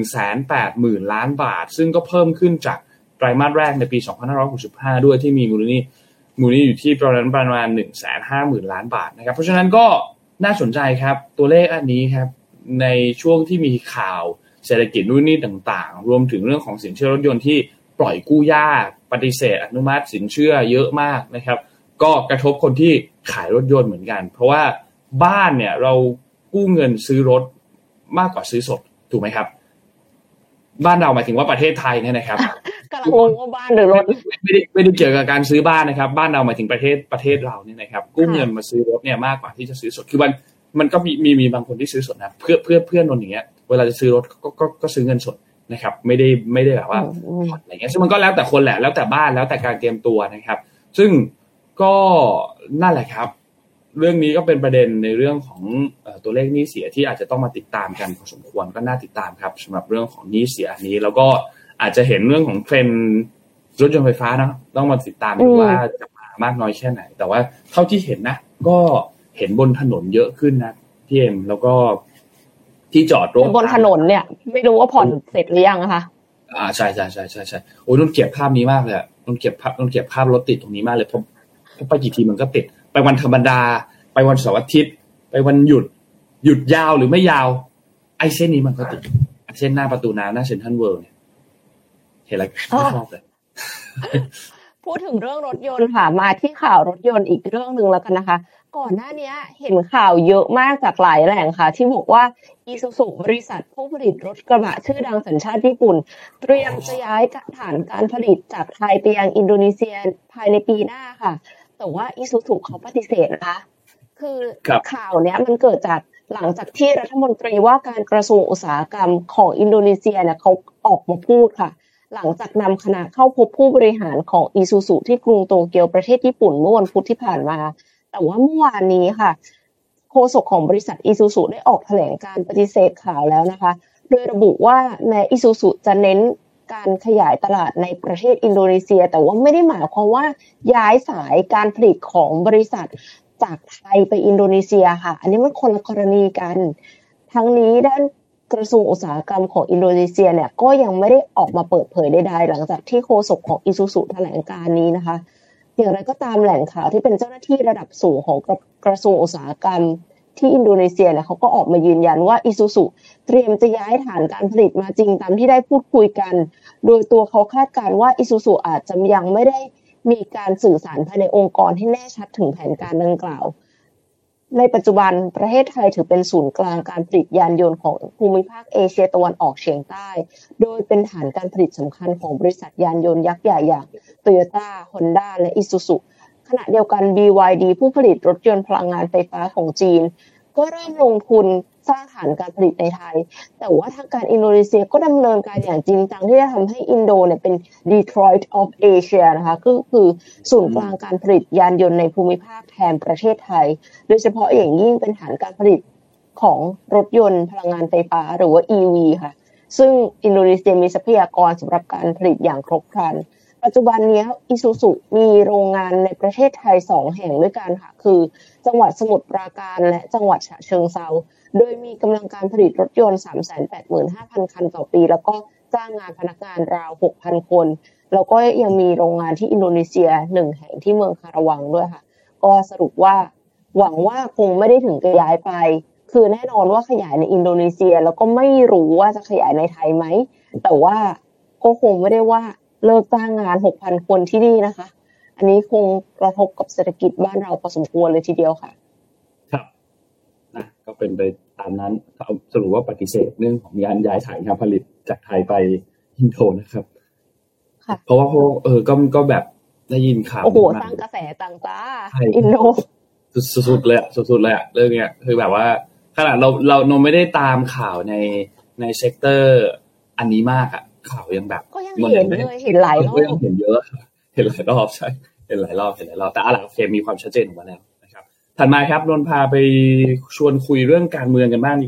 180,000 ล้านบาทซึ่งก็เพิ่มขึ้นจากไตรมาสแรกในปี2565ด้วยที่มีมูลหนี้อยู่ที่ประมาณ 150,000 ล้านบาทนะครับเพราะฉะนั้นก็น่าสนใจครับตัวเลขอันนี้ครับในช่วงที่มีข่าวเศรษฐกิจนู่นนี่ต่างๆรวมถึงเรื่องของสินเชื่อรถยนต์ที่ปล่อยกู้ยากปฏิเสธอนุมัติสินเชื่อเยอะมากนะครับก็กระทบคนที่ขายรถยนต์เหมือนกันเพราะว่าบ้านเนี่ยเรากู้เงินซื้อรถมากกว่าซื้อสดถูกไหมครับบ้านเราหมายถึงว่าประเทศไทยเนี่ยนะครับกำลังงงว่าบ้านหรือรถไม่ได้เกี่ยวกับการซื้อบ้านนะครับบ้านเราหมายถึงประเทศเราเนี่ยนะครับกู้เงินมาซื้อรถเนี่ยมากกว่าที่จะซื้อสดคือมันก็มีบางคนที่ซื้อสดนะเพื่อนนนอย่างเงี้ยเวลาจะซื้อรถก็ซื้อเงินสดนะครับไม่ได้แบบว่าผ่อนอะไรเงี้ยซึ่งมันก็แล้วแต่คนแหละแล้วแต่บ้านแล้วแต่การเตรียมตัวนะครับซึ่งก็นั่นแหละครับเรื่องนี้ก็เป็นประเด็นในเรื่องของตัวเลขหนี้เสียที่อาจจะต้องมาติดตามกันพอสมควรก็น่าติดตามครับสำหรับเรื่องของหนี้เสียนี้แล้วก็อาจจะเห็นเรื่องของเทรนด์รถยนต์ไฟฟ้านะต้องมาติดตามดูว่าจะมามากน้อยแค่ไหนแต่ว่าเท่าที่เห็นนะก็เห็นบนถนนเยอะขึ้นนะพี่เอ็มแล้วก็ที่จอดรถบนถนนเนี่ยไม่รู้ว่าผ่อนเสร็จหรือยังคะใช่โอ้ยนุ่นเก็บภาพนี้มากเลยนุ่นเก็บภาพรถติดตรงนี้มากเลยเพราะไปกี่ทีมันก็ติดไปวันธรรมดาไปวันเสาร์อาทิตย์ไปวันหยุดยาวหรือไม่ยาวไอ้เส้นนี้มันก็ติดเส้นหน้าประตูน้ำหน้าเซ็นทรัลเวิลด์เนี่ยเห็นอะไรชอบเลยพูดถึงเรื่องรถยนต์ค่ะมาที่ข่าวรถยนต์อีกเรื่องนึงแล้วกันนะคะก่อนหน้านี้เห็นข่าวเยอะมากจากหลายแหล่งค่ะที่บอกว่า Isuzu บริษัทผู้ผลิตรถกระบะชื่อดังสัญชาติญี่ปุ่นเตรียมจะย้ายฐานการผลิตจากไทยไปยังอินโดนีเซียภายในปีหน้าค่ะแต่ว่า Isuzu เขาปฏิเสธนะคะคือข่าวเนี้ยมันเกิดจากหลังจากที่รัฐมนตรีว่าการกระทรวงอุตสาหกรรมของอินโดนีเซียเนี่ยเขาออกมาพูดค่ะหลังจากนำคณะเข้าพบผู้บริหารของ Isuzu ที่กรุงโตเกียวประเทศญี่ปุ่นเมื่อวันพุธที่ผ่านมาแต่ว่าเมื่อวานนี้ค่ะโฆษกของบริษัท Isuzu ได้ออกแถลงการปฏิเสธข่าวแล้วนะคะโดยระบุว่าแม้ Isuzu จะเน้นการขยายตลาดในประเทศอินโดนีเซียแต่ว่าไม่ได้หมายความว่าย้ายสายการผลิตของบริษัทจากไทยไปอินโดนีเซียค่ะอันนี้มันคนละกรณีกันทั้งนี้ด้านกระทรวงอุตสาหกรรมของอินโดนีเซียเนี่ยก็ยังไม่ได้ออกมาเปิดเผยใดๆหลังจากที่โฆษกของ Isuzu แถลงการนี้นะคะอย่างไรก็ตามแหล่งข่าวที่เป็นเจ้าหน้าที่ระดับสูงของกระทรวงอุตสาหกรรมที่อินโดนีเซียเนี่ยเขาก็ออกมายืนยันว่า Isuzu เตรียมจะย้ายฐานการผลิตมาจริงตามที่ได้พูดคุยกันโดยตัวเขาคาดการณ์ว่า Isuzu อาจจะยังไม่ได้มีการสื่อสารภายในองค์กรให้แน่ชัดถึงแผนการดังกล่าวในปัจจุบันประเทศไทยถือเป็นศูนย์กลางการผลิตยานยนต์ของภูมิภาคเอเชียตะวันออกเฉียงใต้โดยเป็นฐานการผลิตสำคัญของบริษัทยานยนต์ยักษ์ใหญ่อย่าง Toyota Honda และ Isuzu ขณะเดียวกัน BYD ผู้ผลิตรถยนต์พลังงานไฟฟ้าของจีนก็เริ่มลงทุนสร้างฐานการผลิตในไทยแต่ว่าทางการอินโดนีเซียก็ดำเนินการอย่างจริงจังที่จะทำให้อินโดเนี่ยเป็น Detroit of Asia นะคะก็คือศูนย์กลางการผลิตยานยนต์ในภูมิภาคแทนประเทศไทยโดยเฉพาะอย่างยิ่งเป็นฐานการผลิตของรถยนต์พลังงานไฟฟ้าหรือว่า EV ค่ะซึ่งอินโดนีเซียมีทรัพยากรสำหรับการผลิตอย่างครบครันปัจจุบันนี้ Isuzu มีโรงงานในประเทศไทย2แห่งด้วยกันค่ะคือจังหวัดสมุทรปราการและจังหวัดฉะเชิงเทราโดยมีกำลังการผลิตรถยนต์ 385,000 คันต่อปีแล้วก็จ้างงานพนักงานราว 6,000 คนแล้วก็ยังมีโรงงานที่อินโดนีเซีย1แห่งที่เมืองคาราวังด้วยค่ะก็สรุปว่าหวังว่าคงไม่ได้ถึงกับย้ายไปคือแน่นอนว่าขยายในอินโดนีเซียแล้วก็ไม่รู้ว่าจะขยายในไทยไหมแต่ว่าก็คงไม่ได้ว่าเลิกจ้างงาน 6,000 คนที่นี่นะคะอันนี้คงกระทบกับเศรษฐกิจบ้านเราพอสมควรเลยทีเดียวค่ะครับก็เป็นไปตามนั้นสรุปว่าปฏิเสธเรื่องของการย้ายฐานการผลิตจากไทยไปอินโดนะครับค่ะเพราะว่าก็แบบได้ยินข่าวโอ้โหสร้างกระแสต่างจ้าอินโดสุดๆเลยอ่ะเรื่องเนี้ยคือแบบว่าขนาดเราไม่ได้ตามข่าวในเซกเตอร์อันนี้มากอ่ะข่าวยังแบบก็ยังเห็นเลยเห็นหลายรอบก็ยังเห็นเยอะเห็นหลายรอบใช่เห็นหลายรอบแต่อะไรโอเคมีความชัดเจนออกมาแล้วนะครับถัดมาครับนนพาไปชวนคุยเรื่องการเมืองกันบ้างดีกว่า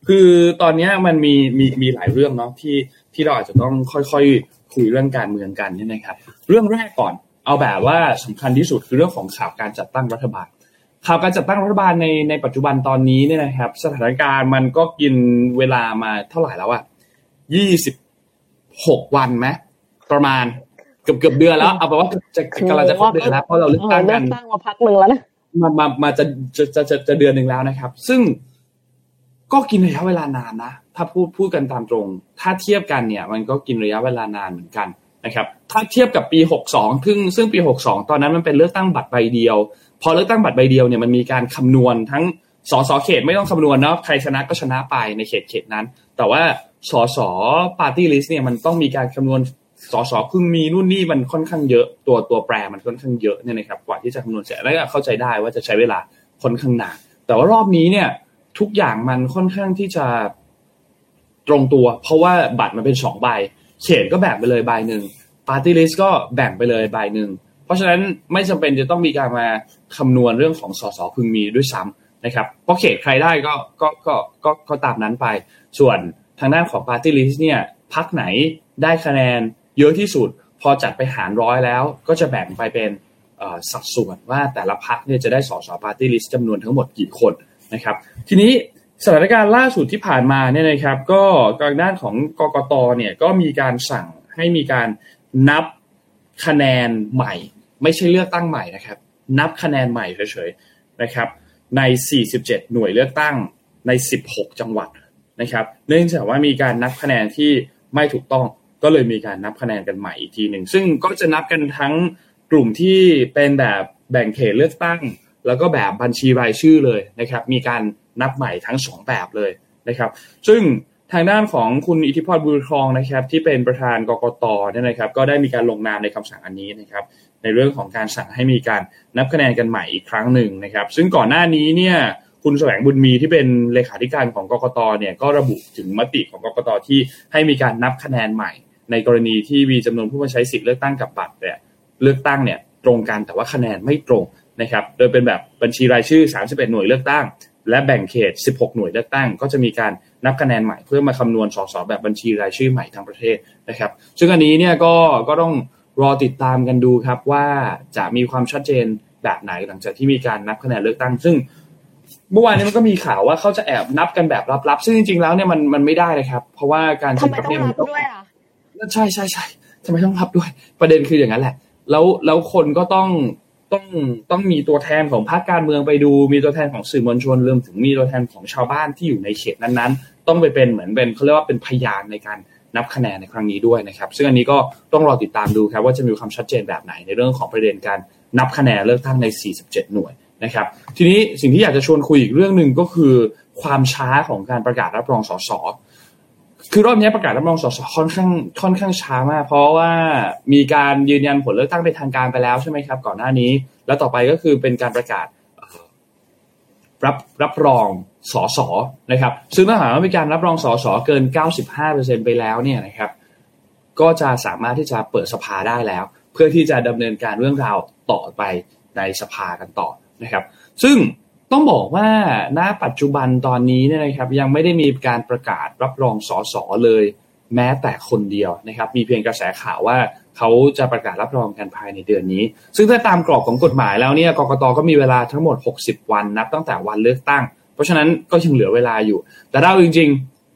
คือตอนนี้มันมีหลายเรื่องเนาะที่เราอาจจะต้องค่อยๆคุยเรื่องการเมืองกันนี่นะครับเรื่องแรกก่อนเอาแบบว่าสำคัญที่สุดคือเรื่องของข่าวการจัดตั้งรัฐบาลข่าวการจัดตั้งรัฐบาลในปัจจุบันตอนนี้เนี่ยนะครับสถานการณ์มันก็กินเวลามาเท่าไหร่แล้วอะ26 วันไหมประมาณเกือบเดือนแล้วเอาไปว่ากำลังจะครบเดือนแล้วเพราะเราเลือกตั้งกันมาพักนึงแล้วนะมาจะเดือนนึงแล้วนะครับซึ่งก็กินระยะเวลานานนะถ้าพูดกันตามตรงถ้าเทียบกันเนี่ยมันก็กินระยะเวลานานเหมือนกันนะครับถ้าเทียบกับปี62ซึ่งปี62ตอนนั้นมันเป็นเลือกตั้งบัตรใบเดียวพอเลือกตั้งบัตรใบเดียวเนี่ยมันมีการคำนวณทั้งสสเขตไม่ต้องคำนวณเนาะใครชนะก็ชนะไปในเขตนั้นแต่ว่าสสปาร์ตี้ลิสต์เนี่ยมันต้องมีการคำนวณสสเพิ่งมีนู่นนี่มันค่อนข้างเยอะตัวแปรมันค่อนข้างเยอะเนี่ยนะครับกว่าที่จะคำนวณเสร็จแล้วก็เข้าใจได้ว่าจะใช้เวลาค่อนข้างนานแต่ว่ารอบนี้เนี่ยทุกอย่างมันค่อนข้างที่จะตรงตัวเพราะว่าบัตรมันเป็น2ใบเขตก็แบ่งไปเลยใบนึงปาร์ตี้ลิสต์ก็แบ่งไปเลยใบนึงเพราะฉะนั้นไม่จำเป็นจะต้องมีการมาคำนวณเรื่องของสสพึงมีด้วยซ้ำนะครับเพราะเขตใครได้ก็ตามนั้นไปส่วนทางด้านของปาร์ตี้ลิสต์เนี่ยพรรคไหนได้คะแนนเยอะที่สุดพอจัดไปหาร100แล้วก็จะแบ่งไปเป็นสัดส่วนว่าแต่ละพรรคเนี่ยจะได้สสปาร์ตี้ลิสต์จำนวนทั้งหมดกี่คนนะครับทีนี้สถานการณ์ล่าสุดที่ผ่านมาเนี่ยนะครับก็ทางด้านของกกตเนี่ยก็มีการสั่งให้มีการนับคะแนนใหม่ไม่ใช่เลือกตั้งใหม่นะครับนับคะแนนใหม่เฉยๆนะครับใน47หน่วยเลือกตั้งใน16จังหวัดนะครับเนื่องจากว่ามีการนับคะแนนที่ไม่ถูกต้องก็เลยมีการนับคะแนนกันใหม่อีกทีนึงซึ่งก็จะนับกันทั้งกลุ่มที่เป็นแบบแบ่งเขตเลือกตั้งแล้วก็แบบบัญชีรายชื่อเลยนะครับมีการนับใหม่ทั้ง2แบบเลยนะครับซึ่งทางด้านของคุณอิทธิพรบุญครองนะครับที่เป็นประธานกกตเนี่ยนะครับก็ได้มีการลงนามในคำสั่งอันนี้นะครับในเรื่องของการสั่งให้มีการนับคะแนนกันใหม่อีกครั้งหนึ่งนะครับซึ่งก่อนหน้านี้เนี่ยคุณแสวงบุญมีที่เป็นเลขาธิการของกกตเนี่ยก็ระบุถึงมติของกกตที่ให้มีการนับคะแนนใหม่ในกรณีที่มีจำนวนผู้มาใช้สิทธิ์เลือกตั้งกับบัตรเนี่ยเลือกตั้งเนี่ยตรงกันแต่ว่าคะแนนไม่ตรงนะครับโดยเป็นแบบบัญชีรายชื่อ31หน่วยเลือกตั้งและแบ่งเขต16หน่วยเลือกตั้งก็จะมีการนับคะแนนใหม่เพื่อมาคำนวณสสแบบบัญชีรายชื่อใหม่ทั้งประเทศนะครับซึ่งอันนี้เนี่ยก็ต้องรอติดตามกันดูครับว่าจะมีความชัดเจนแบบไหนหลังจากที่มีการนับคะแนนเลือกตั้งซึ่งเมื่อวานนี้มันก็มีข่าวว่าเขาจะแอบนับกันแบบลับๆซึ่งจริงๆแล้วเนี่ยมันไม่ได้นะครับเพราะว่าการทำไมต้องนับด้วยอ่ะใช่ทำไมต้องนับด้วยประเด็นคืออย่างนั้นแหละแล้วคนก็ต้องมีตัวแทนของพรรคการเมืองไปดูมีตัวแทนของสื่อมวลชนรวมถึงมีตัวแทนของชาวบ้านที่อยู่ในเขตนั้นๆต้องไปเป็นเหมือนเป็นเขาเรียกว่าเป็นพยานในการนับคะแนนในครั้งนี้ด้วยนะครับซึ่งอันนี้ก็ต้องรอติดตามดูครับว่าจะมีความชัดเจนแบบไหนในเรื่องของประเด็นการนับคะแนนเลือกตั้งใน47หน่วยนะครับทีนี้สิ่งที่อยากจะชวนคุยอีกเรื่องนึงก็คือความช้าของการประกาศรับรองสสคือรอบนี้ประกาศรับรองสสค่อนข้างช้ามากเพราะว่ามีการยืนยันผลเลือกตั้งเป็นทางการไปแล้วใช่ไหมครับก่อนหน้านี้แล้วต่อไปก็คือเป็นการประกาศรับรองสสนะครับซึ่งถ้าหากว่ามีการรับรองสสเกิน 95% ไปแล้วเนี่ยนะครับก็จะสามารถที่จะเปิดสภาได้แล้วเพื่อที่จะดำเนินการเรื่องราวต่อไปในสภากันต่อนะครับซึ่งต้องบอกว่าณปัจจุบันตอนนี้เนี่ยนะครับยังไม่ได้มีการประกาศรับรองสสเลยแม้แต่คนเดียวนะครับมีเพียงกระแสข่าวว่าเขาจะประกาศรับรองกันภายในเดือนนี้ซึ่งถ้าตามกรอบของกฎหมายแล้วเนี่ยกกต.ก็มีเวลาทั้งหมด60วันนับตั้งแต่วันเลือกตั้งเพราะฉะนั้นก็ยังเหลือเวลาอยู่แต่ถ้าจริง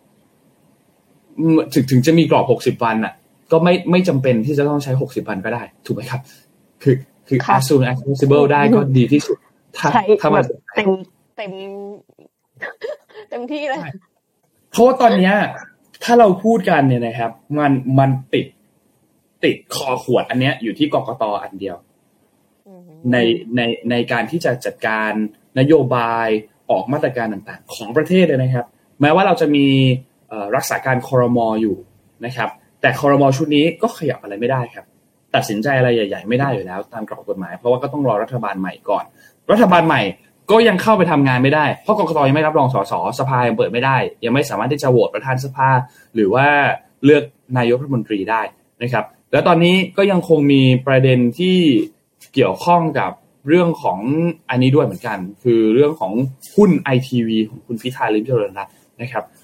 ๆถึงจะมีกรอบ60วันน่ะก็ไม่จำเป็นที่จะต้องใช้60วันก็ได้ถูกไหมครับคือ as soon as possible ได้ก็ดีที่สุดถ้ามันเต็มที่เลยเพราะว่าตอนนี้ถ้าเราพูดกันเนี่ยนะครับมันติดคอขวดอันเนี้ยอยู่ที่กกต.อันเดียวในการที่จะจัดการนโยบายออกมาตรการต่างๆของประเทศเลยนะครับแม้ว่าเราจะมีรักษาการครม.อยู่นะครับแต่ครม.ชุดนี้ก็ขยับอะไรไม่ได้ครับตัดสินใจอะไรใหญ่ๆไม่ได้อยู่แล้วตามกรอบกฎหมายเพราะว่าก็ต้องรอรัฐบาลใหม่ก่อนรัฐบาลใหม่ก็ยังเข้าไปทำงานไม่ได้เพราะกกต.ยังไม่รับรองสสสภายังเปิดไม่ได้ยังไม่สามารถที่จะโหวตประธานสภาหรือว่าเลือกนายกรัฐมนตรีได้นะครับแล้วตอนนี้ก็ยังคงมีประเด็นที่เกี่ยวข้องกับเรื่องของอันนี้ด้วยเหมือนกันคือเรื่องของหุ้น ITV ของคุณพิธาลิ้มเจริญรัตน์นะครับ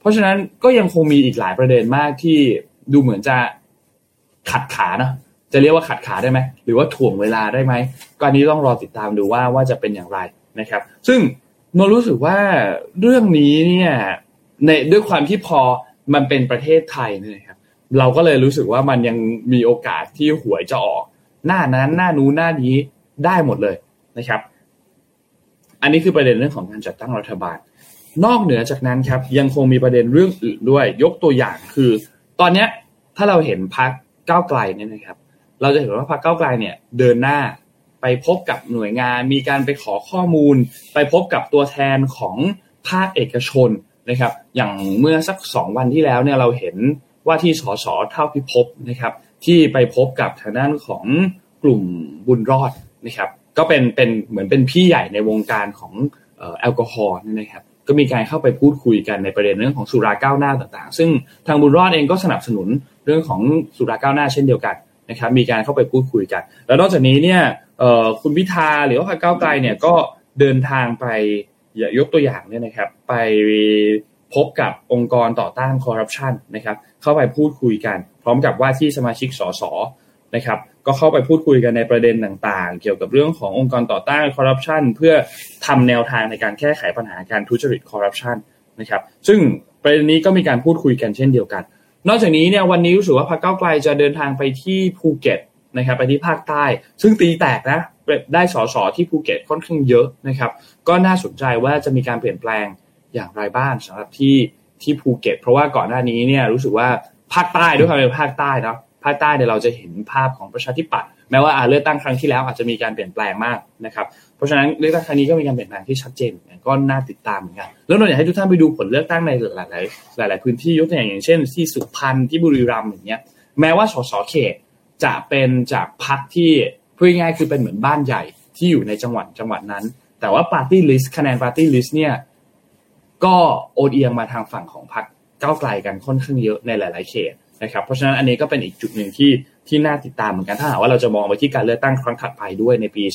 ราะฉะนั้นก็ยังคงมีอีกหลายประเด็นมากที่ดูเหมือนจะขัดขานะจะเรียกว่าขัดขาได้ไหมหรือว่าถ่วงเวลาได้ไหมก็อันนี้ต้องรอติดตามดูว่าจะเป็นอย่างไรนะครับซึ่งนนรู้สึกว่าเรื่องนี้เนี่ยในด้วยความที่พอมันเป็นประเทศไทยนะครับเราก็เลยรู้สึกว่ามันยังมีโอกาสที่หวยจะออกหน้านั้นหน้านู้นหน้านี้ได้หมดเลยนะครับอันนี้คือประเด็นเรื่องของการจัดตั้งรัฐบาลนอกเหนือจากนั้นครับยังคงมีประเด็นเรื่องอื่นด้วยยกตัวอย่างคือตอนนี้ถ้าเราเห็นพรรคก้าวไกลเนี่ยนะครับเราจะเห็นว่าพรรคก้าวไกลเนี่ยเดินหน้าไปพบกับหน่วยงานมีการไปขอข้อมูลไปพบกับตัวแทนของภาคเอกชนนะครับอย่างเมื่อสัก2วันที่แล้วเนี่ยเราเห็นว่าที่สสเท่าพิภพนะครับที่ไปพบกับทางด้านของกลุ่มบุญรอดนะครับก็เป็นเหมือนเป็นพี่ใหญ่ในวงการของแอลกอฮอล์นะครับก็มีการเข้าไปพูดคุยกันในประเด็นเรื่องของสุราก้าวหน้าต่างๆซึ่งทางบุญรอดเองก็สนับสนุนเรื่องของสุราก้าวหน้าเช่นเดียวกันนะครับมีการเข้าไปพูดคุยกันแล้วนอกจากนี้เนี่ยคุณพิธาหรือว่าพรรคก้าวไกลเนี่ยก็เดินทางไปยกตัวอย่างเนี่ยนะครับไปพบกับองค์กรต่อต้านคอร์รัปชันนะครับเข้าไปพูดคุยกันพร้อมกับว่าที่สมาชิกสสนะครับก็เข้าไปพูดคุยกันในประเด็นต่างๆเกี่ยวกับเรื่องขององค์กรต่อต้านคอร์รัปชันเพื่อทำแนวทางในการแก้ไขปัญหาการทุจริตคอร์รัปชันนะครับซึ่งประเด็นนี้ก็มีการพูดคุยกันเช่นเดียวกันนอกจากนี้เนี่ยวันนี้รู้สึกว่าพรรคก้าวไกลจะเดินทางไปที่ภูเก็ตนะครับไปที่ภาคใต้ซึ่งตีแตกนะได้สสที่ภูเก็ตค่อนข้างเยอะนะครับก็น่าสนใจว่าจะมีการเปลี่ยนแปลงอย่างไรบ้างสำหรับที่ภูเก็ตเพราะว่าก่อนหน้านี้เนี่ยรู้สึกว่าภาคใต้ด้วยความเป็นภาคใต้เนาะภาคใต้เนี่ยเราจะเห็นภาพของประชาธิปัตย์แม้ว่าเลือกตั้งครั้งที่แล้วอาจจะมีการเปลี่ยนแปลงมากนะครับเพราะฉะนั้นเลือกตั้งครั้งนี้ก็มีการเปลี่ยนแปลงที่ชัดเจนก็น่าติดตามเหมือนกันแล้วเราอยากให้ทุกท่านไปดูผลเลือกตั้งในหลายพื้นที่ยกตัวอย่างเช่นที่สุพรรณที่บุรีรัมย์อย่างเงี้ยแม้ว่าสสเขตจะเป็นจากพรรคที่พูดง่ายๆคือเป็นเหมือนบ้านใหญ่ที่อยู่ในจังหวัดนั้นแต่ว่า Party List คะแนน Party List เนี่ยก็โอนเอียงมาทางฝั่งของพรรคก้าวไกลกันค่อนข้างเยอะในหลายๆเขตนะครับเพราะฉะนั้นอันนี้ก็เป็นอีกจุดหนึ่งที่น่าติดตามเหมือนกันถ้าหากว่าเราจะมองไปที่การเลือกตั้งครั้งถัดไปด้วยในปี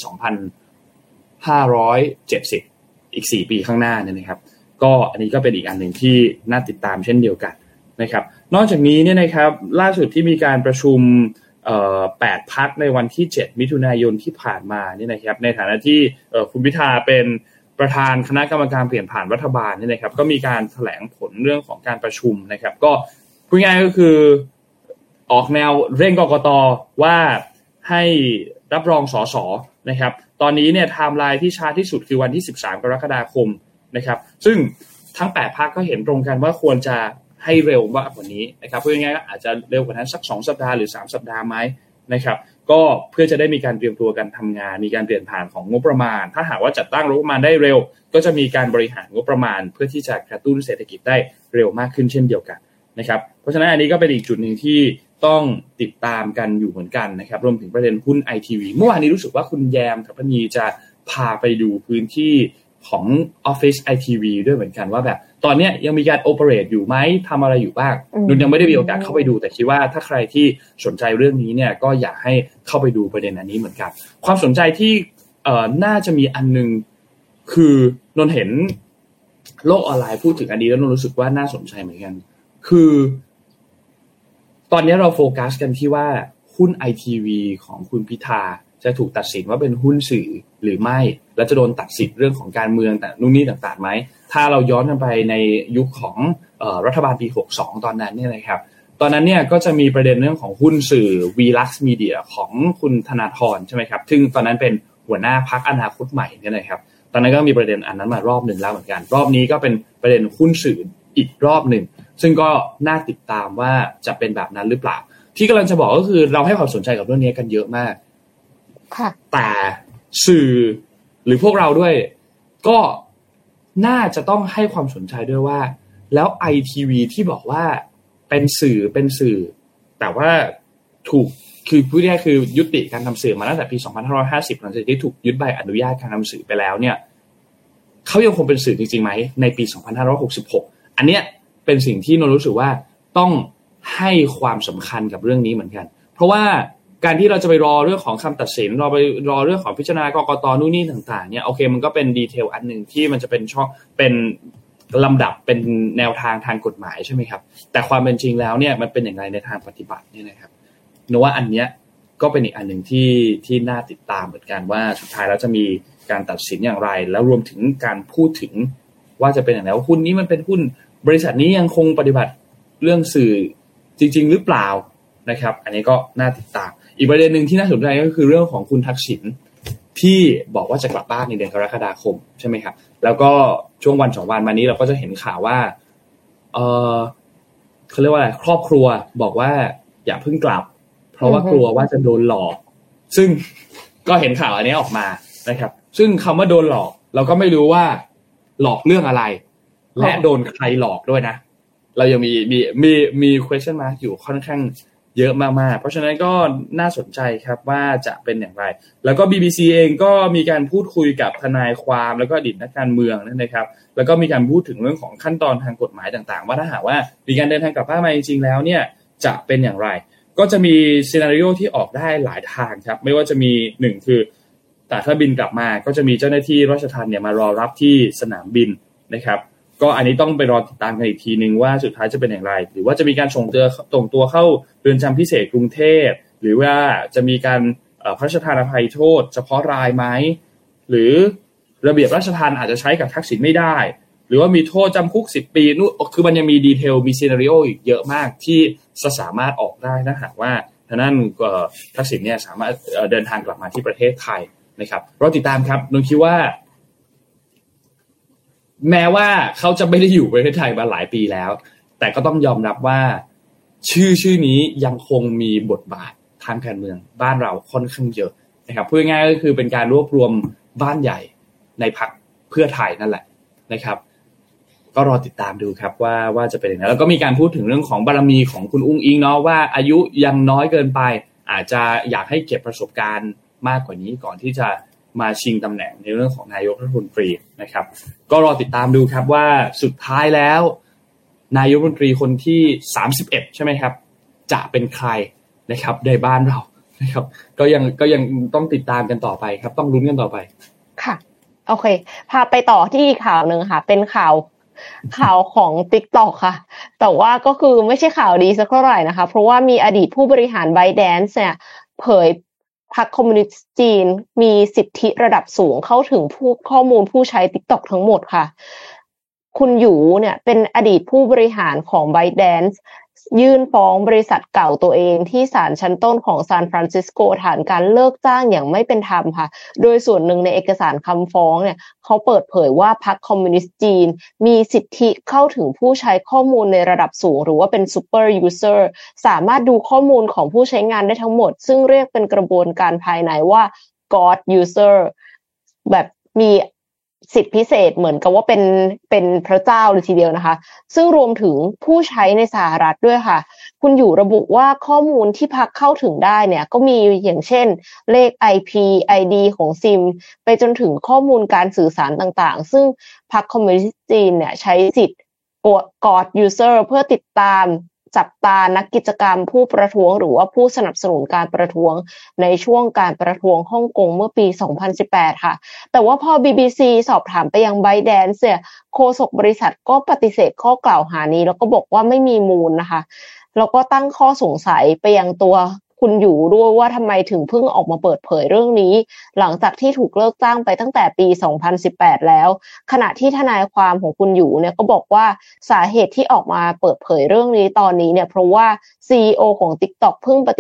2570อีก4ปีข้างหน้าเนี่ยนะครับก็อันนี้ก็เป็นอีกอันหนึ่งที่น่าติดตามเช่นเดียวกันนะครับนอกจากนี้เนี่ยนะครับล่าสุดที่มีการประชุม8 พรรคในวันที่7มิถุนายนที่ผ่านมาเนี่ยนะครับในฐานะที่คุณพิธาเป็นประธานคณะกรรมการเปลี่ยนผ่านรัฐบาลเนี่ยนะครับก็มีการแถลงผลเรื่องของการประชุมนะครับก็พูดง่ายก็คือออกแนวเร่งกกต.ว่าให้รับรองสสนะครับตอนนี้เนี่ยไทม์ไลน์ที่ช้าที่สุดคือวันที่13กรกฎาคมนะครับซึ่งทั้ง8 พรรคก็เห็นตรงกันว่าควรจะให้เร็วมากกว่านี้นะครับพูดง่ายๆอาจจะเร็วกว่านั้นสัก2สัปดาห์หรือ3สัปดาห์ไหมนะครับก็เพื่อจะได้มีการเตรียมตัวกันทำงานมีการเปลี่ยนผ่านของงบประมาณถ้าหากว่าจัดตั้งงบประมาณได้เร็วก็จะมีการบริหารงบประมาณเพื่อที่จะกระตุ้นเศรษฐกิจได้เร็วมากขึ้นเช่นเดียวกันนะครับเพราะฉะนั้นอันนี้ก็เป็นอีกจุดหนึ่งที่ต้องติดตามกันอยู่เหมือนกันนะครับรวมถึงประเด็นหุ้น ITV เมื่อวานนี้รู้สึกว่าคุณแยมทัพพนีจะพาไปดูพื้นที่ของออฟฟิศ ITV ด้วยเหมือนกันว่าแบบตอนนี้ยังมีการโอเปเรตอยู่ไหมทำอะไรอยู่บ้างนุ่นยังไม่ได้มีโอกาสเข้าไปดูแต่คิดว่าถ้าใครที่สนใจเรื่องนี้เนี่ยก็อยากให้เข้าไปดูประเด็นอันนี้เหมือนกันความสนใจที่น่าจะมีอันนึงคือนนเห็นโลกออนไลน์พูดถึงอันนี้แล้วนนรู้สึกว่าน่าสนใจเหมือนกันคือตอนนี้เราโฟกัสกันที่ว่าหุ้น ITV ของคุณพิธาจะถูกตัดสินว่าเป็นหุ้นสื่อหรือไม่และจะโดนตัดสิทธิ์เรื่องของการเมืองแต่นู่นนี่ต่างๆไหมถ้าเราย้อนกันไปในยุคของรัฐบาลปี62ตอนนั้นเนี่ยนะครับตอนนั้นเนี่ยก็จะมีประเด็นเรื่องของหุ้นสื่อ VLux Media ของคุณธนาธรใช่ไหมครับซึ่งตอนนั้นเป็นหัวหน้าพรรคอนาคตใหม่เนี่ยนะครับตอนนั้นก็มีประเด็นอันนั้นมารอบหนึ่งแล้วเหมือนกันรอบนี้ก็เป็นประเด็นหุ้นสื่ออีกรอบหนึ่งซึ่งก็น่าติดตามว่าจะเป็นแบบนั้นหรือเปล่าที่กำลังจะบอกก็คือเราให้ความสนใจกับเรื่องนี้กันเยอะมากแต่สื่อหรือพวกเราด้วยก็น่าจะต้องให้ความสนใจด้วยว่าแล้ว ITV ที่บอกว่าเป็นสื่อแต่ว่าถูกคือพูดง่ายๆคือยุติการทำสื่อมาตั้งแต่ปี2550หลังจากที่ถูกยึดใบอนุญาตการทำสื่อไปแล้วเนี่ยเขายังคงเป็นสื่อจริงๆไหมในปี2566อันเนี้ยเป็นสิ่งที่นนรู้สึกว่าต้องให้ความสำคัญกับเรื่องนี้เหมือนกันเพราะว่าการที่เราจะไปรอเรื่องของคำตัดสินรอเรื่องของพิจารณากกต.นู่นนี่ต่างๆเนี่ยโอเคมันก็เป็นดีเทลอันนึงที่มันจะเป็นช่องเป็นลำดับเป็นแนวทางทางกฎหมายใช่ไหมครับแต่ความเป็นจริงแล้วเนี่ยมันเป็นอย่างไรในทางปฏิบัติเนี่ยนะครับนึกว่าอันเนี้ยก็เป็นอีกอันหนึ่งที่น่าติดตามเหมือนกันว่าสุดท้ายแล้วจะมีการตัดสินอย่างไรแล้วรวมถึงการพูดถึงว่าจะเป็นอย่างไรว่าหุ้นนี้มันเป็นหุ้นบริษัทนี้ยังคงปฏิบัติเรื่องสื่อจริงๆหรือเปล่านะครับอันนี้ก็น่าติดตามอีกประเด็นนึงที่น่าสนใจก็คือเรื่องของคุณทักษิณที่บอกว่าจะกลับบ้านในเดือนกรกฎาคมใช่ไหมครับแล้วก็ช่วงวัน2วันมานี้เราก็จะเห็นข่าวว่าเขาเรียกว่าอะไรครอบครัวบอกว่าอย่าเพิ่งกลับเพราะว่ากลัวว่าจะโดนหลอกซึ่งก็เห็นข่าวอันนี้ออกมานะครับซึ่งคำว่าโดนหลอกเราก็ไม่รู้ว่าหลอกเรื่องอะไรและโดนใครหลอกด้วยนะเรายังมี question mark อยู่ค่อนข้างเยอะมากๆเพราะฉะนั้นก็น่าสนใจครับว่าจะเป็นอย่างไรแล้วก็ BBC เองก็มีการพูดคุยกับทนายความแล้วก็อดีตนักการเมืองนะครับแล้วก็มีการพูดถึงเรื่องของขั้นตอนทางกฎหมายต่างๆว่าถ้าหากว่ามีการเดินทางกลับบ้านมาจริงๆแล้วเนี่ยจะเป็นอย่างไรก็จะมีซีนาริโอที่ออกได้หลายทางครับไม่ว่าจะมี1คือแต่ถ้าบินกลับมาก็จะมีเจ้าหน้าที่ราชทัณฑ์เนี่ยมารอรับที่สนามบินนะครับก็อันนี้ต้องไปรอติดตามกันอีกทีนึงว่าสุดท้ายจะเป็นอย่างไรหรือว่าจะมีการส่งตัวเข้าเรือนจำพิเศษกรุงเทพหรือว่าจะมีการพระราชทานอภัยโทษเฉพาะรายไหมหรือระเบียบราชทัณฑ์อาจจะใช้กับทักษิณไม่ได้หรือว่ามีโทษจำคุก10 ปีนู่นคือมันยังมีดีเทลมีซีนาริโออีกเยอะมากที่สามารถออกได้ถ้าหากว่าทางนั้นทักษิณเนี่ยสามารถเดินทางกลับมาที่ประเทศไทยนะครับรอติดตามครับนนคิดว่าแม้ว่าเขาจะไม่ได้อยู่ประเทศไทยมาหลายปีแล้วแต่ก็ต้องยอมรับว่าชื่อนี้ยังคงมีบทบาททางการเมืองบ้านเราค่อนข้างเยอะนะครับพูดง่ายๆก็คือเป็นการรวบรวมบ้านใหญ่ในพรรคเพื่อไทยนั่นแหละนะครับก็รอติดตามดูครับว่าจะเป็นยังไงแล้วก็มีการพูดถึงเรื่องของบารมีของคุณอุ้งอิงเนาะว่าอายุยังน้อยเกินไปอาจจะอยากให้เก็บประสบการณ์มากกว่านี้ก่อนที่จะมาชิงตำแหน่งในเรื่องของนายกรัฐมนตรีนะครับก็รอติดตามดูครับว่าสุดท้ายแล้วนายกรัฐมนตรีคนที่31ใช่ไหมครับจะเป็นใครนะครับในบ้านเรานะครับก็ยังต้องติดตามกันต่อไปครับต้องลุ้นกันต่อไปค่ะโอเคพาไปต่อที่ข่าวนึงค่ะเป็นข่าวของ TikTok ค่ะแต่ว่าก็คือไม่ใช่ข่าวดีสักเท่าไหร่นะคะเพราะว่ามีอดีตผู้บริหาร ByteDance เนี่ยเผยพรรคคอมมิวนิสต์จีนมีสิทธิระดับสูงเข้าถึงข้อมูลผู้ใช้ TikTok ทั้งหมดค่ะคุณหยูเนี่ยเป็นอดีตผู้บริหารของ ByteDance ยื่นฟ้องบริษัทเก่าตัวเองที่ศาลชั้นต้นของซานฟรานซิสโกฐานการเลิกจ้างอย่างไม่เป็นธรรมค่ะโดยส่วนหนึ่งในเอกสารคำฟ้องเนี่ยเขาเปิดเผยว่าพรรคคอมมิวนิสต์จีนมีสิทธิเข้าถึงผู้ใช้ข้อมูลในระดับสูงหรือว่าเป็นซูเปอร์ยูเซอร์สามารถดูข้อมูลของผู้ใช้งานได้ทั้งหมดซึ่งเรียกเป็นกระบวนการภายในว่า God User แบบมีสิทธิพิเศษเหมือนกับว่าเป็นพระเจ้าเลยทีเดียวนะคะซึ่งรวมถึงผู้ใช้ในสหรัฐด้วยค่ะคุณอยู่ระบุว่าข้อมูลที่พรรคเข้าถึงได้เนี่ยก็มีอย่างเช่นเลข IP ID ของซิมไปจนถึงข้อมูลการสื่อสารต่างๆซึ่งพรรคคอมมิวนิสต์จีนเนี่ยใช้สิทธิ์ God User เพื่อติดตามจับตานักกิจกรรมผู้ประท้วงหรือว่าผู้สนับสนุนการประท้วงในช่วงการประท้วงฮ่องกงเมื่อปี 2018 ค่ะแต่ว่าพอ BBC สอบถามไปยัง ByteDance เนี่ยโฆษกบริษัทก็ปฏิเสธข้อกล่าวหานี้แล้วก็บอกว่าไม่มีมูลนะคะแล้วก็ตั้งข้อสงสัยไปยังตัวคุณอยู่ด้วยว่าทำไมถึงเพิ่งออกมาเปิดเผยเรื่องนี้หลังจากที่ถูกเลิกจ้างไปตั้งแต่ปี 2018 แล้วขณะที่ทนายความของคุณอยู่เนี่ยก็บอกว่าสาเหตุที่ออกมาเปิดเผยเรื่องนี้ตอนนี้เนี่ยเพราะว่า CEO ของ TikTok เพิ่งให้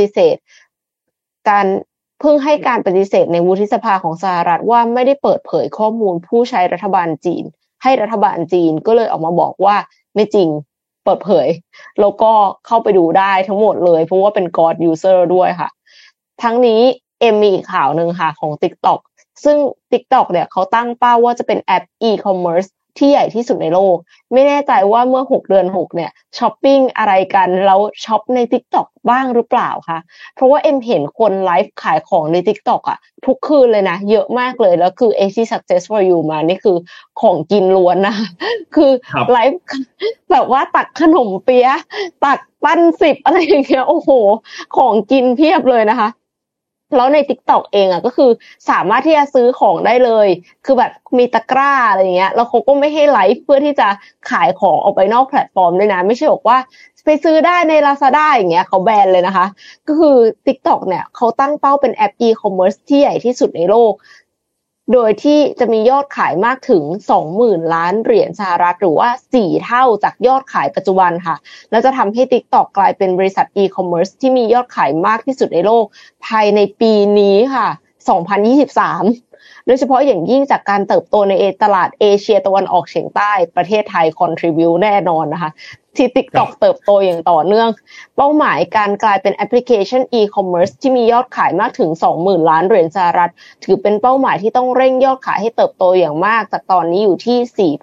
การปฏิเสธในวุฒิสภาของสหรัฐว่าไม่ได้เปิดเผยข้อมูลผู้ใช้รัฐบาลจีนให้รัฐบาลจีนก็เลยออกมาบอกว่าไม่จริงเปิดเผยแล้วก็เข้าไปดูได้ทั้งหมดเลยเพราะว่าเป็น God User ด้วยค่ะทั้งนี้มีอีกข่าวนึงค่ะของ TikTok ซึ่ง TikTok เนี่ยเขาตั้งเป้าว่าจะเป็นแอป e-commerce ที่ใหญ่ที่สุดในโลกไม่แน่ใจว่าเมื่อ6 เดือน 6เนี่ยช้อปปิ้งอะไรกันแล้วช็อปใน TikTok บ้างหรือเปล่าคะเพราะว่าเห็นคนไลฟ์ขายของใน TikTok อ่ะทุกคืนเลยนะเยอะมากเลยแล้วคือ Easy Success for You มานี่คือของกินล้วนนะคือไลฟ์แบบว่าตักขนมเปี๊ยะตักปั้น10อะไรอย่างเงี้ยโอ้โหของกินเพียบเลยนะคะแล้วใน TikTok เองอ่ะก็คือสามารถที่จะซื้อของได้เลยคือแบบมีตะกร้าอะไรอย่างเงี้ยแล้วเขาก็ไม่ให้ไลฟ์เพื่อที่จะขายของออกไปนอกแพลตฟอร์มด้วยนะไม่ใช่บอกว่าไปซื้อได้ใน Lazada อย่างเงี้ยเขาแบนเลยนะคะก็คือ TikTok เนี่ยเขาตั้งเป้าเป็นแอป e-commerce ที่ใหญ่ที่สุดในโลกโดยที่จะมียอดขายมากถึง 20,000 ล้านเหรียญสหรัฐหรือว่า4เท่าจากยอดขายปัจจุบันค่ะแล้วจะทำให้ TikTok กลายเป็นบริษัท e-commerce ที่มียอดขายมากที่สุดในโลกภายในปีนี้ค่ะ2023โดยเฉพาะอย่างยิ่งจากการเติบโตในตลาดเอเชียตะวันออกเฉียงใต้ประเทศไทย contribute แน่นอนนะคะที่ TikTok เติบโตอย่างต่อเนื่องเป้าหมายการกลายเป็นแอปพลิเคชัน e-commerce ที่มียอดขายมากถึง 20,000 ล้านเหรียญสหรัฐถือเป็นเป้าหมายที่ต้องเร่งยอดขายให้เติบโตอย่างมากจากตอนนี้อยู่ที่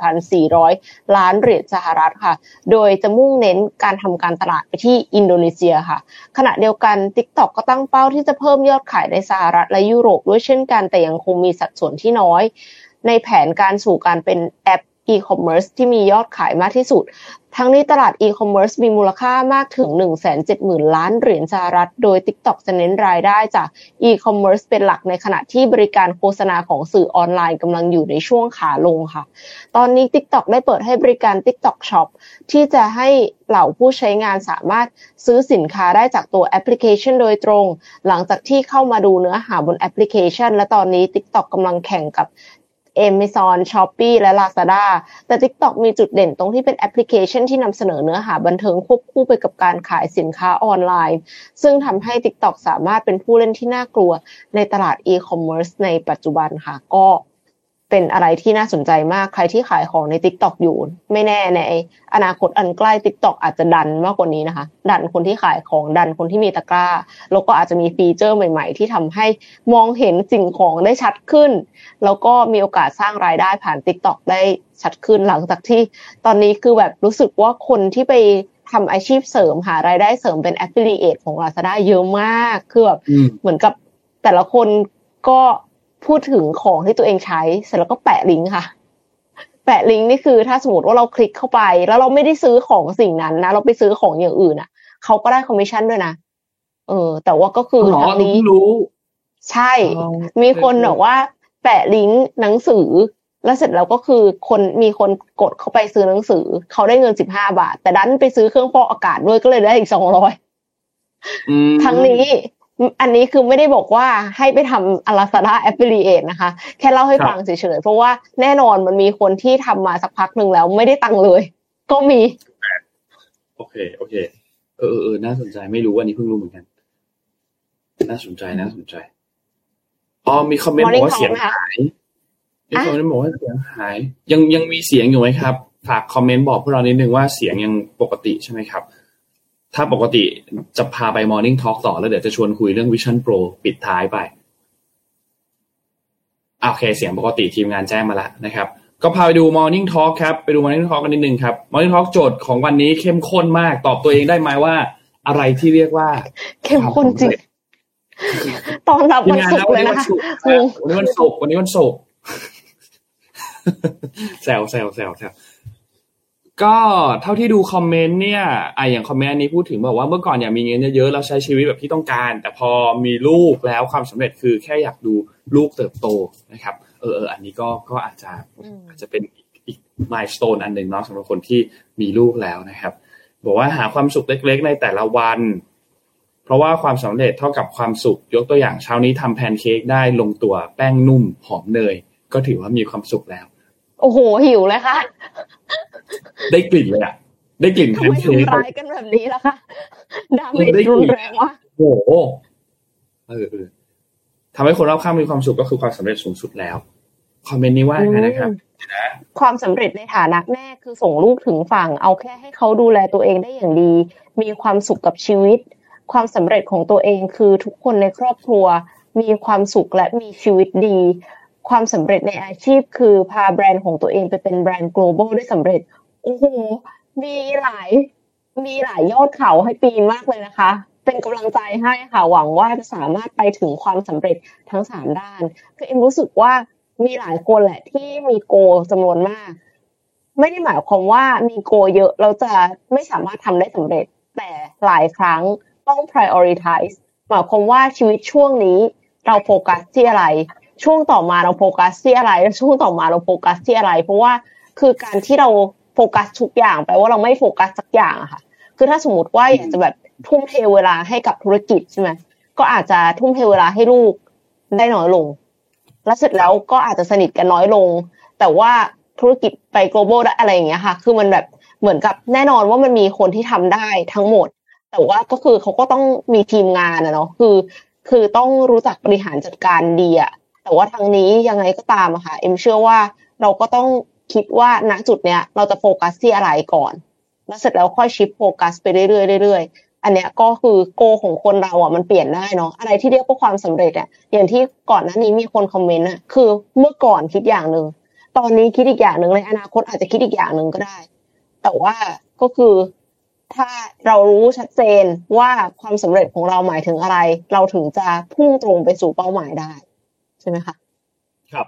4,400 ล้านเหรียญสหรัฐค่ะโดยจะมุ่งเน้นการทำการตลาดไปที่อินโดนีเซียค่ะขณะเดียวกัน TikTok ก็ตั้งเป้าที่จะเพิ่มยอดขายในสหรัฐและยุโรปด้วยเช่นกันแต่ยังคงมีสัดส่วนที่น้อยในแผนการสู่การเป็นแอปe-commerce ที่มียอดขายมากที่สุดทั้งนี้ตลาด e-commerce มีมูลค่ามากถึง 170,000 ล้านเหรียญสหรัฐโดย TikTok จะเน้นรายได้จาก e-commerce เป็นหลักในขณะที่บริการโฆษณาของสื่อออนไลน์กำลังอยู่ในช่วงขาลงค่ะตอนนี้ TikTok ได้เปิดให้บริการ TikTok Shop ที่จะให้เหล่าผู้ใช้งานสามารถซื้อสินค้าได้จากตัวแอปพลิเคชันโดยตรงหลังจากที่เข้ามาดูเนื้อหาบนแอปพลิเคชันและตอนนี้ TikTok กำลังแข่งกับAmazon, Shopee และ Lazada แต่ TikTok มีจุดเด่นตรงที่เป็นแอปพลิเคชันที่นำเสนอเนื้อหาบันเทิงควบคู่ไปกับการขายสินค้าออนไลน์ซึ่งทำให้ TikTok สามารถเป็นผู้เล่นที่น่ากลัวในตลาด e-commerce ในปัจจุบันค่ะก็เป็นอะไรที่น่าสนใจมากใครที่ขายของใน TikTok อยู่ไม่แน่ในอนาคตอันใกล้ TikTok อาจจะดันมากกว่านี้นะคะดันคนที่ขายของดันคนที่มีตะกร้าแล้วก็อาจจะมีฟีเจอร์ใหม่ๆที่ทำให้มองเห็นสิ่งของได้ชัดขึ้นแล้วก็มีโอกาสสร้างรายได้ผ่าน TikTok ได้ชัดขึ้นหลังจากที่ตอนนี้คือแบบรู้สึกว่าคนที่ไปทำอาชีพเสริมหารายได้เสริมเป็น affiliate ของ Lazada เยอะมากคือแบบเหมือนกับแต่ละคนก็พูดถึงของที่ตัวเองใช้เสร็จแล้วก็แปะลิงก์ค่ะแปะลิงก์นี่คือถ้าสมมติว่าเราคลิกเข้าไปแล้วเราไม่ได้ซื้อของสิ่งนั้นนะเราไปซื้อของอย่างอื่นอ่ะเขาก็ได้คอมมิชชั่นด้วยนะแต่ว่าก็คือทางนี้รู้ใช่มีคนบอกว่าแปะลิงก์หนังสือแล้วเสร็จแล้วก็คือมีคนกดเข้าไปซื้อหนังสือเขาได้เงิน15 บาทแต่ดันไปซื้อเครื่องฟอกอากาศด้วยก็เลยได้อีก200ทั้งนี้อันนี้คือไม่ได้บอกว่าให้ไปทำ Lazada Affiliate นะคะแค่เล่าให้ฟังเฉยๆเพราะว่าแน่นอนมันมีคนที่ทำมาสักพักนึงแล้วไม่ได้ตังค์เลยก็มีโอเคน่าสนใจไม่รู้อันนี้เพิ่งรู้เหมือนกันน่าสนใจมีคอมเมนต์บอกว่าเสียงหายมีคอมเมนต์บอกว่าเสียงหายยังมีเสียงอยู่ไหมครับฝากคอมเมนต์บอกพวกเรานิดนึงว่าเสียงยังปกติใช่ไหมครับถ้าปกติจะพาไป Morning Talk ต่อแล้วเดี๋ยวจะชวนคุยเรื่อง Vision Pro ปิดท้ายไปโอเคเสียงปกติทีมงานแจ้งมาแล้วนะครับก็พาไปดู Morning Talk ครับไปดู Morning Talk กันนิดนึงครับ Morning Talk โจทย์ของวันนี้เข้มข้นมากตอบตัวเองได้ไหมว่าอะไรที่เรียกว่าเข้มข้นจริงตอนรับวันศุกร์เลยนะคะวันนี้วันศุกร์แซวก็เท่าที่ดูคอมเมนต์เนี่ยอย่างคอมเมนต์นี้พูดถึงบอกว่าเมื่อก่อนอยากมีเงินเยอะๆแล้วใช้ชีวิตแบบที่ต้องการแต่พอมีลูกแล้วความสำเร็จคือแค่อยากดูลูกเติบโตนะครับอันนี้ก็อาจจะเป็นอีกมายสโตนอันหนึ่งเนาะสำหรับคนที่มีลูกแล้วนะครับบอกว่าหาความสุขเล็กๆในแต่ละวันเพราะว่าความสำเร็จเท่ากับความสุขยกตัวอย่างเช้านี้ทำแพนเค้กได้ลงตัวแป้งนุ่มหอมเนยก็ถือว่ามีความสุขแล้วโอ้โหหิวเลยค่ะได้กลิ่นเลยอ่ะได้กลิ่นแพนเค้กทำไมทำร้ายกันแบบนี้ล่ะคะดาเมจรุนแรงว่ะโอ้โหทำให้คนรอบข้างมีความสุขก็คือความสำเร็จสูงสุดแล้วคอมเมนต์นี้ว่าไงนะครับความสำเร็จในฐานะแม่คือส่งลูกถึงฝั่งเอาแค่ให้เขาดูแลตัวเองได้อย่างดีมีความสุขกับชีวิตความสำเร็จของตัวเองคือทุกคนในครอบครัวมีความสุขและมีชีวิตดีความสำเร็จในอาชีพคือพาแบรนด์ของตัวเองไปเป็นแบรนด์ global ได้สำเร็จโอ้โหมีหลายยอดเขาให้ปีนมากเลยนะคะเป็นกำลังใจให้ค่ะหวังว่าจะสามารถไปถึงความสำเร็จทั้ง3ด้านคือเอ็มรู้สึกว่ามีหลายคนแหละที่มีโกจำนวนมากไม่ได้หมายความว่ามีโกเยอะเราจะไม่สามารถทำได้สำเร็จแต่หลายครั้งต้อง prioritize หมายความว่าชีวิตช่วงนี้เราโฟกัสที่อะไรช่วงต่อมาเราโฟกัสที่อะไรแล้วช่วงต่อมาเราโฟกัสที่อะไรเพราะว่าคือการที่เราโฟกัสทุกอย่างแปลว่าเราไม่โฟกัสสักอย่างอะค่ะคือถ้าสมมติว่าอยากจะแบบทุ่มเทเวลาให้กับธุรกิจใช่ไหมก็อาจจะทุ่มเทเวลาให้ลูกได้น้อยลงแล้วเสร็จแล้วก็อาจจะสนิทกันน้อยลงแต่ว่าธุรกิจไป global ได้อะไรอย่างเงี้ยค่ะคือมันแบบเหมือนกับแน่นอนว่ามันมีคนที่ทำได้ทั้งหมดแต่ว่าก็คือเขาก็ต้องมีทีมงานอะเนาะคือต้องรู้จักบริหารจัดการดีอะแต่ว่าทางนี้ยังไงก็ตามอะค่ะเอ็มเชื่อว่าเราก็ต้องคิดว่าณจุดเนี้ยเราจะโฟกัสที่อะไรก่อนแล้วเสร็จแล้วค่อยชิฟโฟกัสไปเรื่อยๆเรื่อยๆอันเนี้ยก็คือโกของคนเราอ่ะมันเปลี่ยนได้เนาะอะไรที่เรียกว่าความสำเร็จอ่ะอย่างที่ก่อนหน้านี้มีคนคอมเมนต์อ่ะคือเมื่อก่อนคิดอย่างนึงตอนนี้คิดอีกอย่างนึงในอนาคตอาจจะคิดอีกอย่างนึงก็ได้แต่ว่าก็คือถ้าเรารู้ชัดเจนว่าความสำเร็จของเราหมายถึงอะไรเราถึงจะพุ่งตรงไปสู่เป้าหมายได้ใช่ไหมคะครับ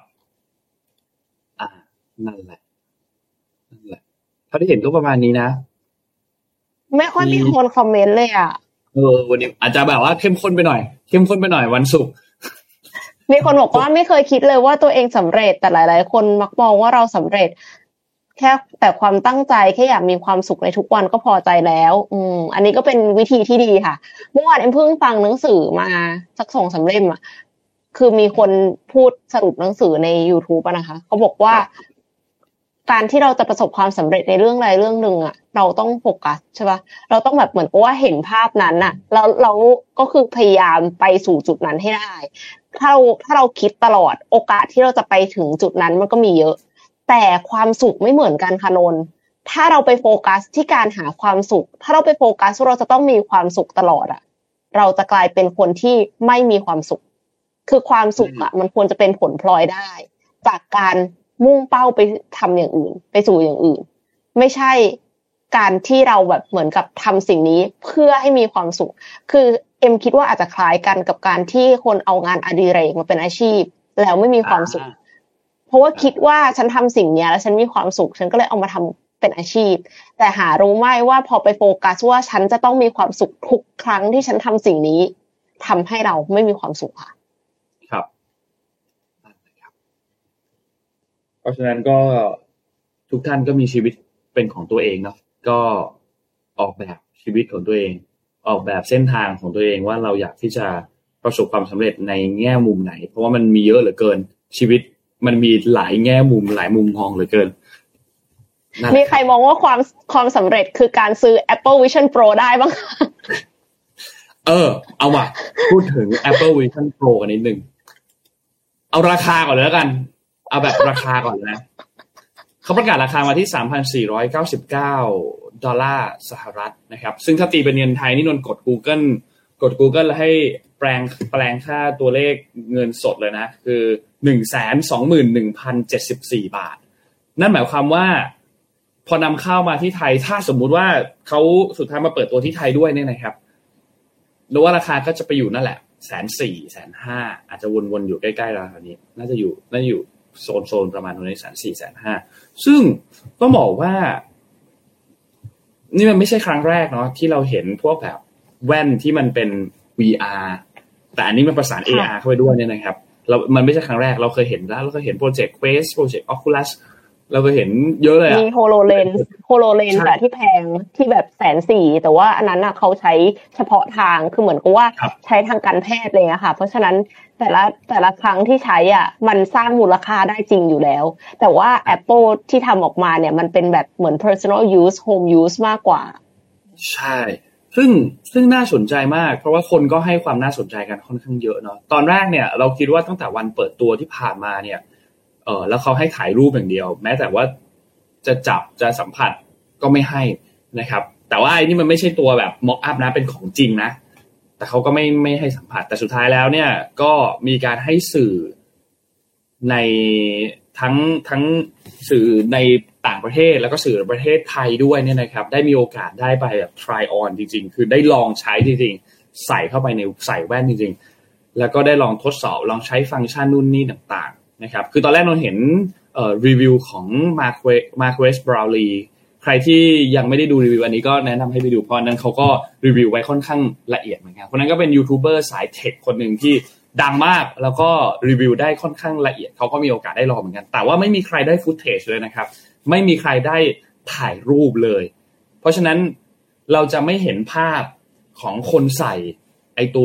นั่นแหละเท่าที่เห็นก็ประมาณนี้นะไม่ค่อยมีคนคอมเมนต์เลยอ่ะวันนี้อาจจะแบบว่าเข้มข้นไปหน่อยวันศุกร์มีคนบอกว่าไม่เคยคิดเลยว่าตัวเองสำเร็จแต่หลายๆคนมักมองว่าเราสำเร็จแค่แต่ความตั้งใจแค่อยากมีความสุขในทุกวันก็พอใจแล้วอันนี้ก็เป็นวิธีที่ดีค่ะเมื่อวานเอ็มเพิ่งฟังหนังสือมาสัก 2-3 เล่มอ่ะคือมีคนพูดสรุปหนังสือใน YouTube อ่ะนะคะเขาบอกว่าการที่เราจะประสบความสำเร็จในเรื่องใดเรื่องหนึ่งอ่ะเราต้องโฟกัสใช่ป่ะเราต้องแบบเหมือนกับว่าเห็นภาพนั้นน่ะแล้วเราก็คือพยายามไปสู่จุดนั้นให้ได้ถ้าเราคิดตลอดโอกาสที่เราจะไปถึงจุดนั้นมันก็มีเยอะแต่ความสุขไม่เหมือนกันค่ะนนท์ถ้าเราไปโฟกัสที่การหาความสุขถ้าเราไปโฟกัสว่าเราจะต้องมีความสุขตลอดอ่ะเราจะกลายเป็นคนที่ไม่มีความสุขคือความสุขอ่ะมันควรจะเป็นผลพลอยได้จากการมุ่งเป้าไปทำอย่างอื่นไปสู่อย่างอื่นไม่ใช่การที่เราแบบเหมือนกับทำสิ่งนี้เพื่อให้มีความสุขคือเอ็มคิดว่าอาจจะคล้ายกันกับการที่คนเอางานอดิเรกมาเป็นอาชีพแล้วไม่มีความสุขเพราะว่าคิดว่าฉันทำสิ่งนี้แล้วฉันมีความสุขฉันก็เลยเอามาทำเป็นอาชีพแต่หารู้ไหมว่าพอไปโฟกัสว่าฉันจะต้องมีความสุขทุกครั้งที่ฉันทำสิ่งนี้ทำให้เราไม่มีความสุขค่ะครับเพราะฉะนั้นก็ทุกท่านก็มีชีวิตเป็นของตัวเองเนาะก็ออกแบบชีวิตของตัวเองออกแบบเส้นทางของตัวเองว่าเราอยากที่จะประสบความสำเร็จในแง่มุมไหนเพราะว่ามันมีเยอะเหลือเกินชีวิตมันมีหลายแง่มุมหลายมุมมองเหลือเกินมีใครมองว่าความสำเร็จคือการซื้อ Apple Vision Pro ได้บ้างคะเอามาพูดถึง Apple Vision Pro กันนิดนึงเอาราคาก่อนเลยแล้วกันเอาแบบราคาก่อนนะเขาประกาศราคามาที่ $3,499 สหรัฐนะครับซึ่งถ้าตีเป็นเงินไทยนี่นนกด Google แล้วให้แปลงค่าตัวเลขเงินสดเลยนะคือ 121,074 บาทนั่นหมายความว่าพอนำเข้ามาที่ไทยถ้าสมมุติว่าเขาสุดท้ายมาเปิดตัวที่ไทยด้วยเนี่ยนะครับหรือว่าราคาก็จะไปอยู่นั่นแหละ 140,000 150,000 อาจจะวนๆอยู่ใกล้ๆราคานี้น่าจะอยู่โซนประมาณตรงนี้ 140,000 150,000 ซึ่งต้องบอกว่านี่มันไม่ใช่ครั้งแรกเนาะที่เราเห็นพวกแบบแว่นที่มันเป็น VR แต่อันนี้มันประสาน AR เข้าไปด้วยเนี่ยนะครับมันไม่ใช่ครั้งแรกเราเคยเห็นแล้วเราเคยเห็นโปรเจกต์ Quest โปรเจกต์ Oculus เราเคยเห็นเยอะเลยมี HoloLens แต่ที่แพงที่แบบ140,000แต่ว่าอันนั้นน่ะเขาใช้เฉพาะทางคือเหมือนกับว่าใช้ทางการแพทย์เลยอะค่ะเพราะฉะนั้นแต่ละครั้งที่ใช้อ่ะมันสร้างมูลค่าได้จริงอยู่แล้วแต่ว่า Apple ที่ทำออกมาเนี่ยมันเป็นแบบเหมือน personal use home use มากกว่าใช่ซึ่งน่าสนใจมากเพราะว่าคนก็ให้ความน่าสนใจกันค่อนข้างเยอะเนาะตอนแรกเนี่ยเราคิดว่าตั้งแต่วันเปิดตัวที่ผ่านมาเนี่ยแล้วเขาให้ถ่ายรูปอย่างเดียวแม้แต่ว่าจะจับจะสัมผัสก็ไม่ให้นะครับแต่ว่าไอ้นี่มันไม่ใช่ตัวแบบ mock up นะเป็นของจริงนะแต่เขาก็ไม่ให้สัมผัสแต่สุดท้ายแล้วเนี่ยก็มีการให้สื่อในทั้งสื่อในต่างประเทศแล้วก็สื่อในประเทศไทยด้วยเนี่ยนะครับได้มีโอกาสได้ไปแบบ try on จริงๆคือได้ลองใช้จริงๆใส่เข้าไปในใส่แว่นจริงๆแล้วก็ได้ลองทดสอบลองใช้ฟังก์ชันนู่นนี่ต่างๆนะครับคือตอนแรกเราเห็นรีวิวของมาร์เควส บราวลีใครที่ยังไม่ได้ดูรีวิวอันนี้ก็แนะนำให้ไปดูเพราะนั้นเขาก็รีวิวไว้ค่อนข้างละเอียดเหมือนกันคนนั้นก็เป็นยูทูบเบอร์สายเทคคนนึงที่ดังมากแล้วก็รีวิวได้ค่อนข้างละเอียดเขาก็มีโอกาสได้ลองเหมือนกันแต่ว่าไม่มีใครได้ฟุตเทจเลยนะครับไม่มีใครได้ถ่ายรูปเลยเพราะฉะนั้นเราจะไม่เห็นภาพของคนใส่ไอตัว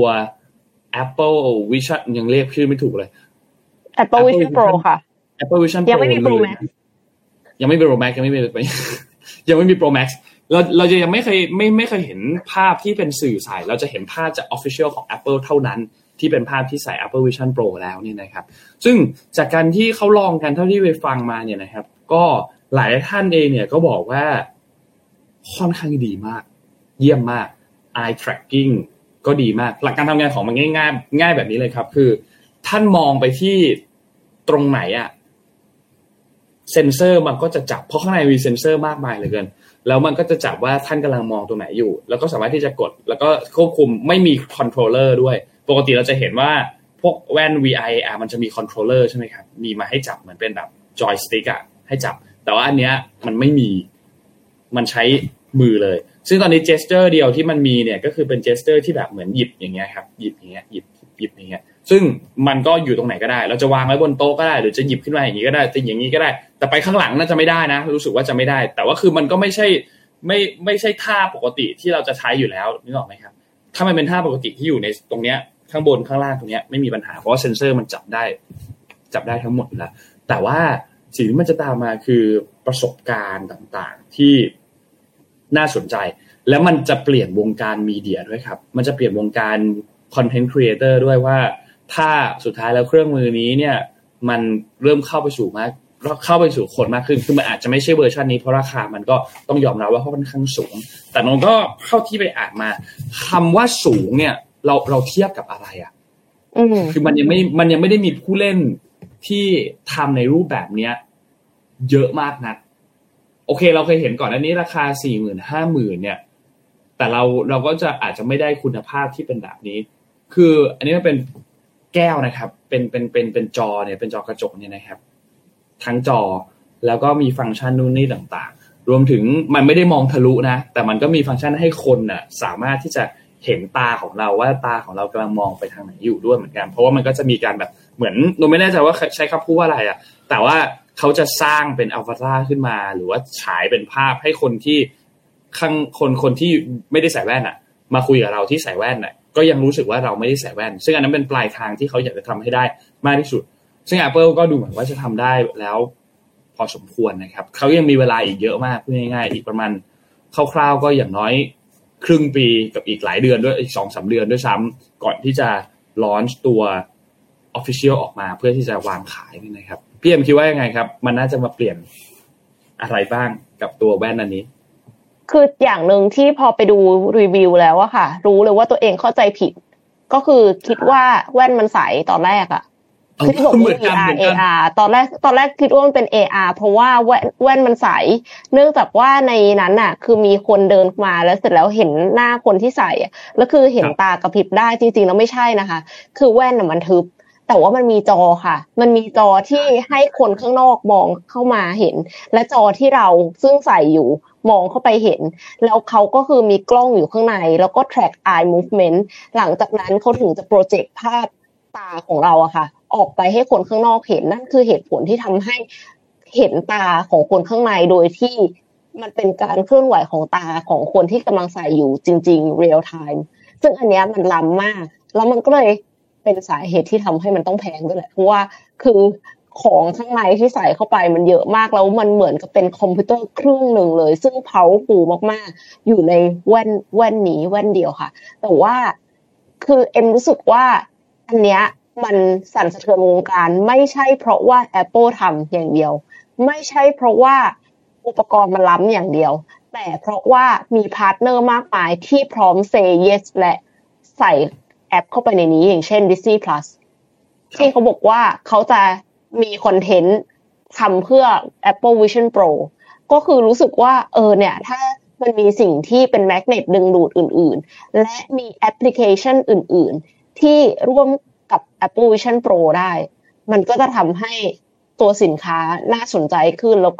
Apple Vision ยังเรียกชื่อไม่ถูกเลย Apple Vision Pro ค่ะ Apple Vision Pro ยังไม่มี Pro Max ยังไม่มี Pro Max ยังไม่มียังไม่มี Pro Max เราจะยังไม่เคยเห็นภาพที่เป็นสื่อใส่เราจะเห็นภาพจาก Official ของ Apple เท่านั้นที่เป็นภาพที่ใส่ Apple Vision Pro แล้วเนี่ยนะครับซึ่งจากการที่เขาลองกันเท่าที่ไปฟังมาเนี่ยนะครับก็หลายท่านเองเนี่ยก็บอกว่าค่อนข้างดีมากเยี่ยมมาก eye tracking ก็ดีมากหลักการทำงานของมันง่ายแบบนี้เลยครับคือท่านมองไปที่ตรงไหนอะเซ็นเซอร์มันก็จะจับเพราะข้างในมีเซ็นเซอร์มากมายเหลือเกินแล้วมันก็จะจับว่าท่านกำลังมองตัวไหนอยู่แล้วก็สามารถที่จะกดแล้วก็ควบคุมไม่มีคอนโทรลเลอร์ด้วยปกติเราจะเห็นว่าพวกแว่น VR มันจะมีคอนโทรลเลอร์ใช่ไหมครับมีมาให้จับเหมือนเป็นแบบจอยสติ๊กอะให้จับแต่ว่าอันเนี้ยมันไม่มีมันใช้มือเลยซึ่งตอนนี้เจสเจอร์เดียวที่มันมีเนี่ยก็คือเป็นเจสเจอร์ที่แบบเหมือนหยิบอย่างเงี้ยครับหยิบอย่างเงี้ยหยิบอย่างเงี้ยซึ่งมันก็อยู่ตรงไหนก็ได้เราจะวางไว้บนโต๊ะก็ได้หรือจะหยิบขึ้นมาอย่างนี้ก็ได้จะอย่างนี้ก็ได้แต่ไปข้างหลังน่าจะไม่ได้นะรู้สึกว่าจะไม่ได้แต่ว่าคือมันก็ไม่ใช่ท่าปกติที่เราจะใช้อยู่แล้วนึกออกไหมครับถ้ามันเป็นท่าปกติที่อยู่ในตรงเนี้ยข้างบนข้างล่างตรงเนี้ยไม่มีปัญหาเพราะว่าเซ็นเซอร์มันจับได้ทั้งหมดอยู่แล้วแต่ว่าสิ่งที่มันจะตามมาคือประสบการณ์ต่างๆที่น่าสนใจและมันจะเปลี่ยนวงการมีเดียด้วยครับมันจะเปลี่ยนวงการคอนเทนต์ครีเอเตอร์ด้วยว่าถ้าสุดท้ายแล้วเครื่องมือนี้เนี่ยมันเริ่มเข้าไปสู่คนมากขึ้นคือมันอาจจะไม่ใช่เวอร์ชันนี้เพราะราคามันก็ต้องยอมรับว่าค่อนข้างสูงแต่น้องก็เข้าที่ไปอ่านมาคำว่าสูงเนี่ยเราเทียบกับอะไรอ่ะคือมันยังไม่ได้มีผู้เล่นที่ทำในรูปแบบเนี้ยเยอะมากนักโอเคเราเคยเห็นก่อนอันนี้ราคา 40,000 50,000 เนี่ยแต่เราก็จะอาจจะไม่ได้คุณภาพที่เป็นแบบนี้คืออันนี้มันเป็นแก้วนะครับเป็นจอเนี่ยเป็นจอกระจกเนี่ยนะครับทั้งจอแล้วก็มีฟังก์ชันนู่นนี่ต่างๆรวมถึงมันไม่ได้มองทะลุนะแต่มันก็มีฟังก์ชันให้คนน่ะสามารถที่จะเห็นตาของเราว่าตาของเรากำลังมองไปทางไหนอยู่ด้วยเหมือนกันเพราะว่ามันก็จะมีการแบบเหมือนหนูไม่แน่ใจว่าใช้คำพูดว่าอะไรอ่ะแต่ว่าเขาจะสร้างเป็นอัลฟาตาขึ้นมาหรือว่าฉายเป็นภาพให้คนที่คนที่ไม่ได้ใส่แว่นอ่ะมาคุยกับเราที่ใส่แว่นน่ะก็ยังรู้สึกว่าเราไม่ได้ใส่แว่นซึ่งอันนั้นเป็นปลายทางที่เขาอยากจะทำให้ได้มากที่สุดซึ่ง Apple ก็ดูเหมือนว่าจะทำได้แล้วพอสมควรนะครับเขายังมีเวลาอีกเยอะมากพูดง่ายๆอีกประมาณคร่าวๆก็อย่างน้อยครึ่งปีกับอีกหลายเดือนด้วยอีก 2-3 เดือนด้วยซ้ำก่อนที่จะลอนช์ตัว Official ออกมาเพื่อที่จะวางขายนี่นะครับพี่เอ็มคิดว่ายังไงครับมันน่าจะมาเปลี่ยนอะไรบ้างกับตัวแว่นอันนี้คืออย่างนึงที่พอไปดูรีวิวแล้วอะค่ะรู้เลยว่าตัวเองเข้าใจผิดก็คือคิดว่าแว่นมันใสตอนแรกอะคือที่บอกว่า AR ตอนแรกคิดว่ามันเป็น AR เพราะว่าแว่นมันใสเนื่องจากว่าในนั้นน่ะคือมีคนเดินมาแล้วเสร็จแล้วเห็นหน้าคนที่ใส่แล้วคือเห็นตากระพริบได้จริงๆแล้วไม่ใช่นะคะคือแว่นน่ะมันทึบแต่ว่ามันมีจอค่ะมันมีจอที่ให้คนข้างนอกมองเข้ามาเห็นและจอที่เราซึ่งใส่อยู่มองเข้าไปเห็นแล้วเขาก็คือมีกล้องอยู่ข้างในแล้วก็ track eye movement หลังจากนั้นเขาถึงจะโปรเจกต์ภาพตาของเราอะค่ะออกไปให้คนข้างนอกเห็นนั่นคือเหตุผลที่ทำให้เห็นตาของคนข้างในโดยที่มันเป็นการเคลื่อนไหวของตาของคนที่กำลังใส่อยู่จริงๆ real time ซึ่งอันเนี้ยมันล้ำมากแล้วมันก็เลยเป็นสาเหตุที่ทำให้มันต้องแพงด้วยแหละเพราะว่าคือของข้างในที่ใส่เข้าไปมันเยอะมากแล้วมันเหมือนกับเป็นคอมพิวเตอร์เครื่องนึงเลยซึ่งpowerfulมากๆอยู่ในแว่นนี้แว่นเดียวค่ะแต่ว่าคือเอ็มรู้สึกว่าอันเนี้ยมันสั่นสะเทือนวงการไม่ใช่เพราะว่า Apple ทำอย่างเดียวไม่ใช่เพราะว่าอุปกรณ์มันล้ำอย่างเดียวแต่เพราะว่ามีพาร์ทเนอร์มากมายที่พร้อม say yes และใส่แอปเข้าไปในนี้อย่างเช่น Disney Plus ที่เขาบอกว่าเขาจะมีคอนเทนต์ทำเพื่อ Apple Vision Pro ก็คือรู้สึกว่าเนี่ยถ้ามันมีสิ่งที่เป็นแมกเนตดึงดูดอื่นๆและมีแอปพลิเคชันอื่นๆที่ร่วมกับ Apple Vision Pro ได้มันก็จะทำให้ตัวสินค้าน่าสนใจขึ้นแล้วก็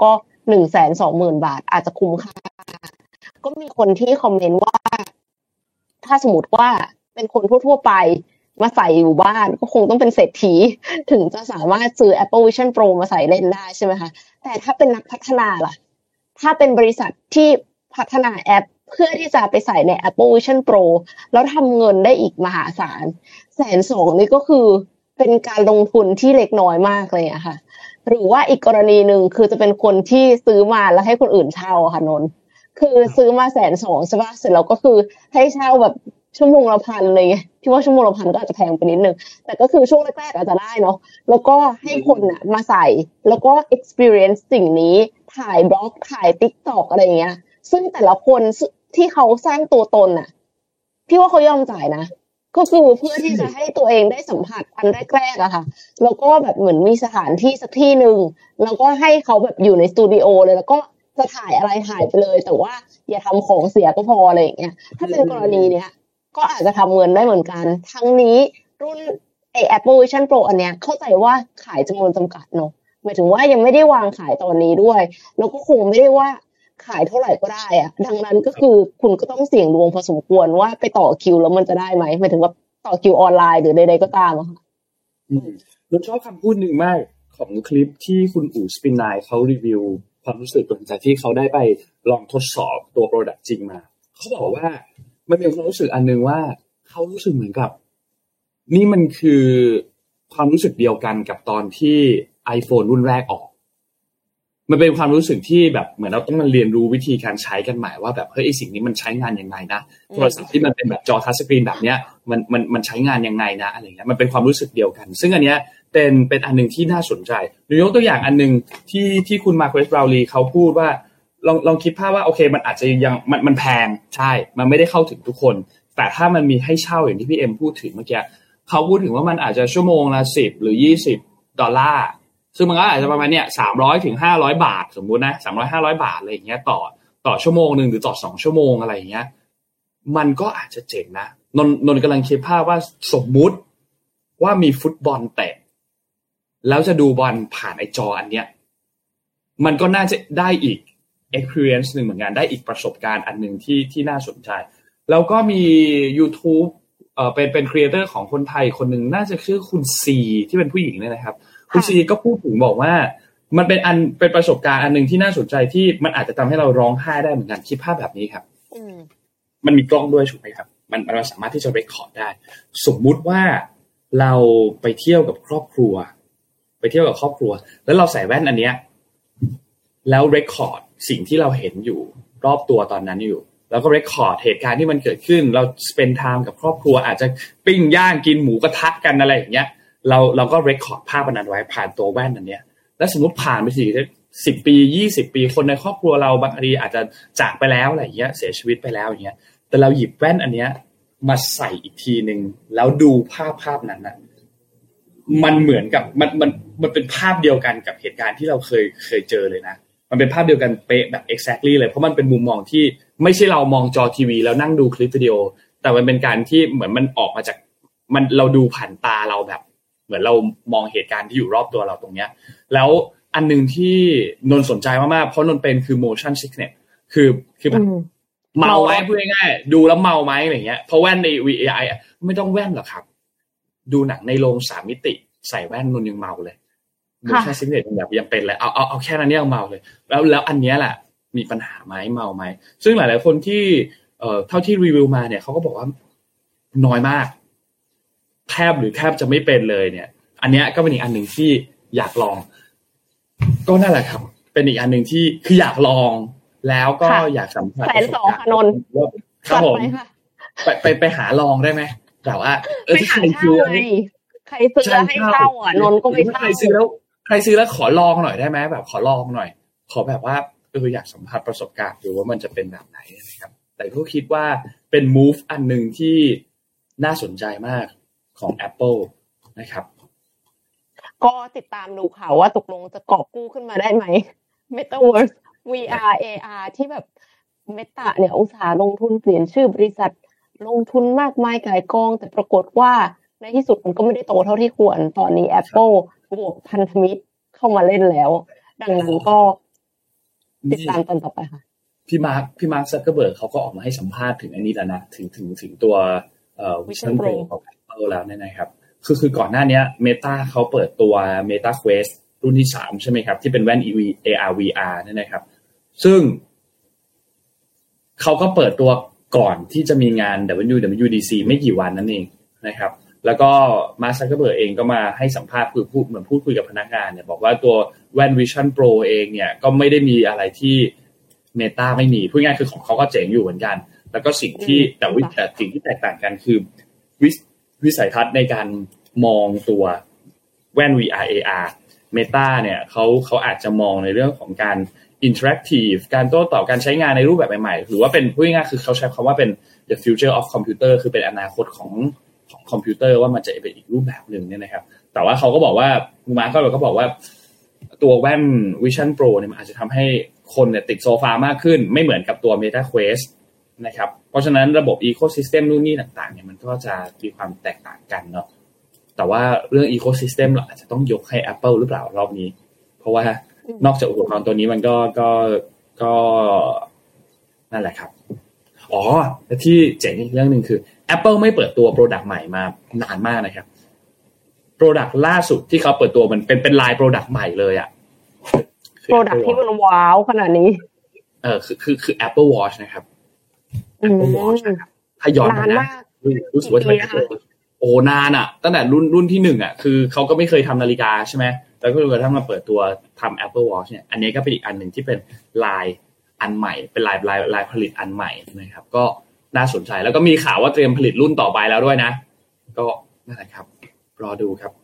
120,000 บาทอาจจะคุ้มค่าก็มีคนที่คอมเมนต์ว่าถ้าสมมติว่าเป็นคนทั่วๆไปมาใส่อยู่บ้านก็คงต้องเป็นเศรษฐีถึงจะสามารถซื้อ Apple Vision Pro มาใส่เล่นได้ใช่ไหมคะแต่ถ้าเป็นนักพัฒนาล่ะถ้าเป็นบริษัทที่พัฒนาแอปเพื่อที่จะไปใส่ใน Apple Vision Pro แล้วทำเงินได้อีกมหาศาล120,000นี่ก็คือเป็นการลงทุนที่เล็กน้อยมากเลยอะค่ะหรือว่าอีกกรณีหนึ่งคือจะเป็นคนที่ซื้อมาแล้วให้คนอื่นเช่าค่ะนนท์คือซื้อมา120,000ใช่ป่ะเสร็จแล้วก็คือให้เช่าแบบชั่วโมงละ1,000อะไรเงี้ยที่ว่าชั่วโมงละ1,000ก็อาจจะแพงไปนิดนึงแต่ก็คือช่วงแรกๆอาจจะได้เนาะแล้วก็ให้คนน่ะมาใส่แล้วก็ experience สิ่งนี้ถ่ายบล็อกถ่าย TikTok อะไรเงี้ยซึ่งแต่ละคนที่เขาสร้างตัวตนน่ะพี่ว่าเขายอมจ่ายนะก็คือเพื่อที่จะให้ตัวเองได้สัมผัสอันแรกๆอะค่ะแล้วก็แบบเหมือนมีสถานที่สักที่นึงแล้วก็ให้เขาแบบอยู่ในสตูดิโอเลยแล้วก็จะถ่ายอะไรถ่ายไปเลยแต่ว่าอย่าทำของเสียก็พออะไรอย่างเงี้ยถ้าเป็นกรณีเนี้ยก็อาจจะทำเงินได้เหมือนกันทั้งนี้รุ่นApple Vision Pro อันเนี้ยเข้าใจว่าขายจำนวนจำกัดเนาะหมายถึงว่ายังไม่ได้วางขายตอนนี้ด้วยแล้วก็คงไม่ได้ว่าขายเท่าไหร่ก็ได้อะดังนั้นก็คือคุณก็ต้องเสี่ยงดวงพอสมควรว่าไปต่อคิวแล้วมันจะได้ไหมหมายถึงว่าต่อคิวออนไลน์หรือใดๆก็ตามอะค่ะเราชอบคำพูดหนึ่งมากของคลิปที่คุณอู๋สปินไนเขารีวิวความรู้สึกหลังจากที่เขาได้ไปลองทดสอบตัว product จริงมาเขาบอกว่ามันเป็นความรู้สึกอันนึงว่าเขารู้สึกเหมือนกับนี่มันคือความรู้สึกเดียวกันกับตอนที่ iPhone รุ่นแรกออกมันเป็นความรู้สึกที่แบบเหมือนเราต้องมาเรียนรู้วิธีการใช้กันใหม่ว่าแบบเฮ้ยไอ้สิ่งนี้มันใช้งานยังไงนะโทรศัพท์ที่มันเป็นแบบจอทัชสกรีนแบบเนี้ยมันใช้งานยังไงนะอะไรเงี้ยมันเป็นความรู้สึกเดียวกันซึ่งอันเนี้ยเป็นอันนึงที่น่าสนใจยกตัวอย่างอันนึงที่คุณมาร์คเวสบราวลีเขาพูดว่าลองคิดภาพว่าโอเคมันอาจจะยังมันแพงใช่มันไม่ได้เข้าถึงทุกคนแต่ถ้ามันมีให้เช่าอย่างที่พี่เอ็มพูดถึงเมื่อกี้เขาพูดถึงว่ามันอาจจะชั่วโมงละ10หรือ$20ซึ่งมันก็อาจจะประมาณเนี้ย300ถึง500บาทสมมุตินะ300-500 บาทอะไรอย่างเงี้ยต่อชั่วโมงนึงหรือต่อ2ชั่วโมงอะไรอย่างเงี้ยมันก็อาจจะเจ๋งนะนนกำลังคิดภาพว่าสมมุติว่ามีฟุตบอลเตะแล้วจะดูบอลผ่านไอ้จออันเนี้ยมันก็น่าจะได้อีก experience นึงเหมือนกันได้อีกประสบการณ์อันนึงที่น่าสนใจแล้วก็มี YouTube เป็นครีเอเตอร์ของคนไทยคนนึงน่าจะชื่อคุณซีที่เป็นผู้หญิงเนี่ยนะครับคุณซีก็พูดถึงบอกว่ามันเป็นประสบการณ์อันนึงที่น่าสนใจที่มันอาจจะทำให้เราร้องไห้ได้เหมือนกันคิดภาพแบบนี้ครับมันมีกล้องด้วยถูกไหมครับมันสามารถที่จะเรคคอร์ดได้สมมุติว่าเราไปเที่ยวกับครอบครัวแล้วเราใส่แว่นอันเนี้ยแล้วเรคคอร์ดสิ่งที่เราเห็นอยู่รอบตัวตอนนั้นอยู่แล้วก็เรคคอร์ดเหตุการณ์ที่มันเกิดขึ้นเราสเปนไทม์กับครอบครัวอาจจะปิ้งย่างกินหมูกระทะกันอะไรอย่างเงี้ยเราก็เรคคอร์ดภาพอันนั้นไว้ผ่านตัวแว่นอันเนี้ยแล้วสมมติผ่านไป10 ปี20 ปีคนในครอบครัวเราบางทีอาจจะจากไปแล้วอะไรอย่างเงี้ยเสียชีวิตไปแล้วอย่างเงี้ยแต่เราหยิบแว่นอันเนี้ยมาใส่อีกทีนึงแล้วดูภาพนั้นนะมันเหมือนกับมันเป็นภาพเดียวกันกับเหตุการณ์ที่เราเคยเจอเลยนะมันเป็นภาพเดียวกันเป๊ะแบบ exactly เลยเพราะมันเป็นมุมมองที่ไม่ใช่เรามองจอทีวีแล้วนั่งดูคลิปวิดีโอแต่มันเป็นการที่เหมือนมันออกมาจากมันเราดูผ่านตาเราแบบเหมือนเรามองเหตุการณ์ที่อยู่รอบตัวเราตรงเนี้ยแล้วอันนึงที่นนสนใจมากๆเพราะนนเป็นคือ motion sickness คือแบบเมาไหมพูดง่ายๆดูแล้วเมาไหมอะไรเงี้ยเพราะแว่นใน VAI ไม่ต้องแว่นหรอกครับดูหนังในโรง3 มิติใส่แว่นนนยังเมาเลย motion sickness แบบยังเป็นเลยเอาแค่นั้นยังเมาเลยแล้วอันเนี้ยแหละมีปัญหาไหมเมาไหมซึ่งหลายๆคนที่เท่าที่รีวิวมาเนี่ยเขาก็บอกว่าน้อยมากแทบจะไม่เป็นเลยเนี่ยอันเนี้ยก็เป็นอีกอันนึงที่อยากลองก็นั่นแหละครับเป็นอีกอันนึงที่คืออยากลองแล้วก็อยากสัมผัส 120,000นนท์ครับผมไปหาลองได้ไหมแต่ว่าไปหาเช่าเลยใครซื้อให้เช่าอ่ะนนท์ก็ไม่เช่าใครซื้อแล้วขอลองหน่อยได้ไหมแบบขอลองหน่อยขอแบบว่าอยากสัมผัสประสบการณ์ดูว่ามันจะเป็นแบบไหนนะครับแต่ก็คิดว่าเป็น move อันนึงที่น่าสนใจมากของ Apple นะครับก็ติดตามดูข่าวว่าตกลงจะกอบกู้ขึ้นมาได้ไหม Metaverse VR AR ที่แบบ Meta เนี่ยอุตสาห์ลงทุนเปลี่ยนชื่อบริษัทลงทุนมากมายก่ายกองแต่ปรากฏว่าในที่สุดมันก็ไม่ได้โตเท่าที่ควรตอนนี้ Apple บวกพันธมิตรเข้ามาเล่นแล้วดังนั้นก็ติดตามตอนต่อไปค่ะพี่มาร์คซักเกอร์เบิร์กเขาก็ออกมาให้สัมภาษณ์ถึงอันนี้แล้วนะถึงตัวVision Pro ของ Apple แล้วเนี่ยนะครับคือก่อนหน้านี้ Meta เขาเปิดตัว Meta Quest รุ่นที่3ใช่ไหมครับที่เป็นแว่น AR VR เนี่ยนะครับซึ่งเขาก็เปิดตัวก่อนที่จะมีงาน WWDC ไม่กี่วันนั่นเองนะครับแล้วก็มาร์ค ซักเกอร์เบิร์กเองก็มาให้สัมภาษณ์เหมือนพูดคุยกับพนักงานเนี่ยบอกว่าตัวแว่น Vision Pro เองเนี่ยก็ไม่ได้มีอะไรที่ Meta ไม่มีพูดง่ายคือของเขาก็เจ๋งอยู่เหมือนกันแล้วก็สิ่งที่สิ่งที่แตกต่างกันคือวิสัยทัศน์ในการมองตัวแว่น VR AR Meta เนี่ยเขาอาจจะมองในเรื่องของการinteractive การโต้ตอบการใช้งานในรูปแบบใหม่ๆหรือว่าเป็นพูดง่ายๆคือเขาใช้คำว่าเป็น the future of computer คือเป็นอนาคตของคอมพิวเตอร์ว่ามันจะเป็นอีกรูปแบบนึงเนี่ยนะครับแต่ว่าเขาก็บอกว่ามาร์คก็บอกว่าตัวแว่น Vision Pro เนี่ยมันอาจจะทำให้คนเนี่ยติดโซฟามากขึ้นไม่เหมือนกับตัว Meta Quest นะครับเพราะฉะนั้นระบบ ecosystem นู่นนี่ต่างๆเนี่ยมันก็จะมีความแตกต่างกันเนาะแต่ว่าเรื่อง ecosystem เราอาจจะต้องยกให้ Apple หรือเปล่ารอบนี้เพราะว่านอกจากอุปกรณ์ตัวนี้มันก็นั่นแหละครับอ๋อและที่เจ๋งอีกเรื่องนึงคือ Apple ไม่เปิดตัว product ใหม่มานานมากนะครับ product ล่าสุดที่เขาเปิดตัวมันเป็นลาย product ใหม่เลยอ่ะ product ที่มันว้าวขนาดนี้คือ Apple Watch นะครับ Apple Watch นะครับถ้าย้อนไปนะรู้สึกว่าจะโอ้นานอ่ะตั้งแต่รุ่นที่1อ่ะคือเขาก็ไม่เคยทำนาฬิกาใช่ไหมแล้วก็เลยถ้ามาเปิดตัวทำ Apple Watch เนี่ยอันนี้ก็เป็นอีกอันหนึ่งที่เป็นลายอันใหม่เป็นลายผลิตอันใหม่นะครับก็น่าสนใจแล้วก็มีข่าวว่าเตรียมผลิตรุ่นต่อไปแล้วด้วยนะก็นั่นแหละครับรอดูครับ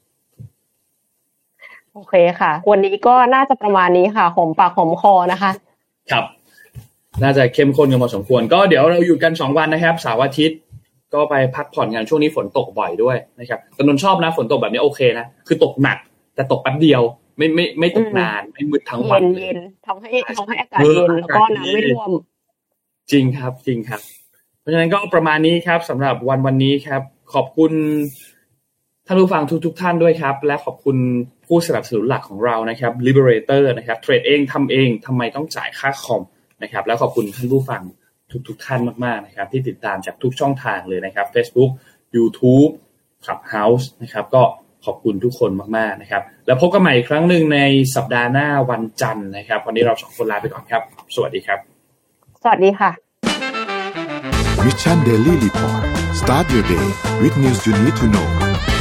โอเคค่ะวันนี้ก็น่าจะประมาณนี้ค่ะหอมปากหอมคอนะคะครับน่าจะเข้มข้นกันพอสมควรก็เดี๋ยวเราอยู่กัน2วันนะครับเสาร์อาทิตย์ก็ไปพักผ่อนกันช่วงนี้ฝนตกบ่อยด้วยนะครับแต่นนชอบนะฝนตกแบบนี้โอเคนะคือตกหนักแต่ตกแป๊บเดียวไม่ตกนานไม่มืดทั้งวันเย็นๆทำให้อากาศเย็นแล้วก็น้ำไม่ท่วมจริงครับเพราะฉะนั้นก็ประมาณนี้ครับสำหรับวันนี้ครับขอบคุณท่านผู้ฟังทุกท่านด้วยครับและขอบคุณผู้สนับสนุนหลักของเรานะครับ Liberator นะครับเทรดเองทำเองทำไมต้องจ่ายค่าคอมนะครับแล้วขอบคุณท่านผู้ฟังทุกท่านมากๆนะครับที่ติดตามจากทุกช่องทางเลยนะครับ Facebook YouTube Clubhouse นะครับก็ขอบคุณทุกคนมากๆนะครับแล้วพบกันใหม่อีกครั้งนึงในสัปดาห์หน้าวันจันทร์นะครับวันนี้เรา2คนลาไปก่อนครับสวัสดีครับสวัสดีค่ะ Mission Daily Report Start your day with news you need to know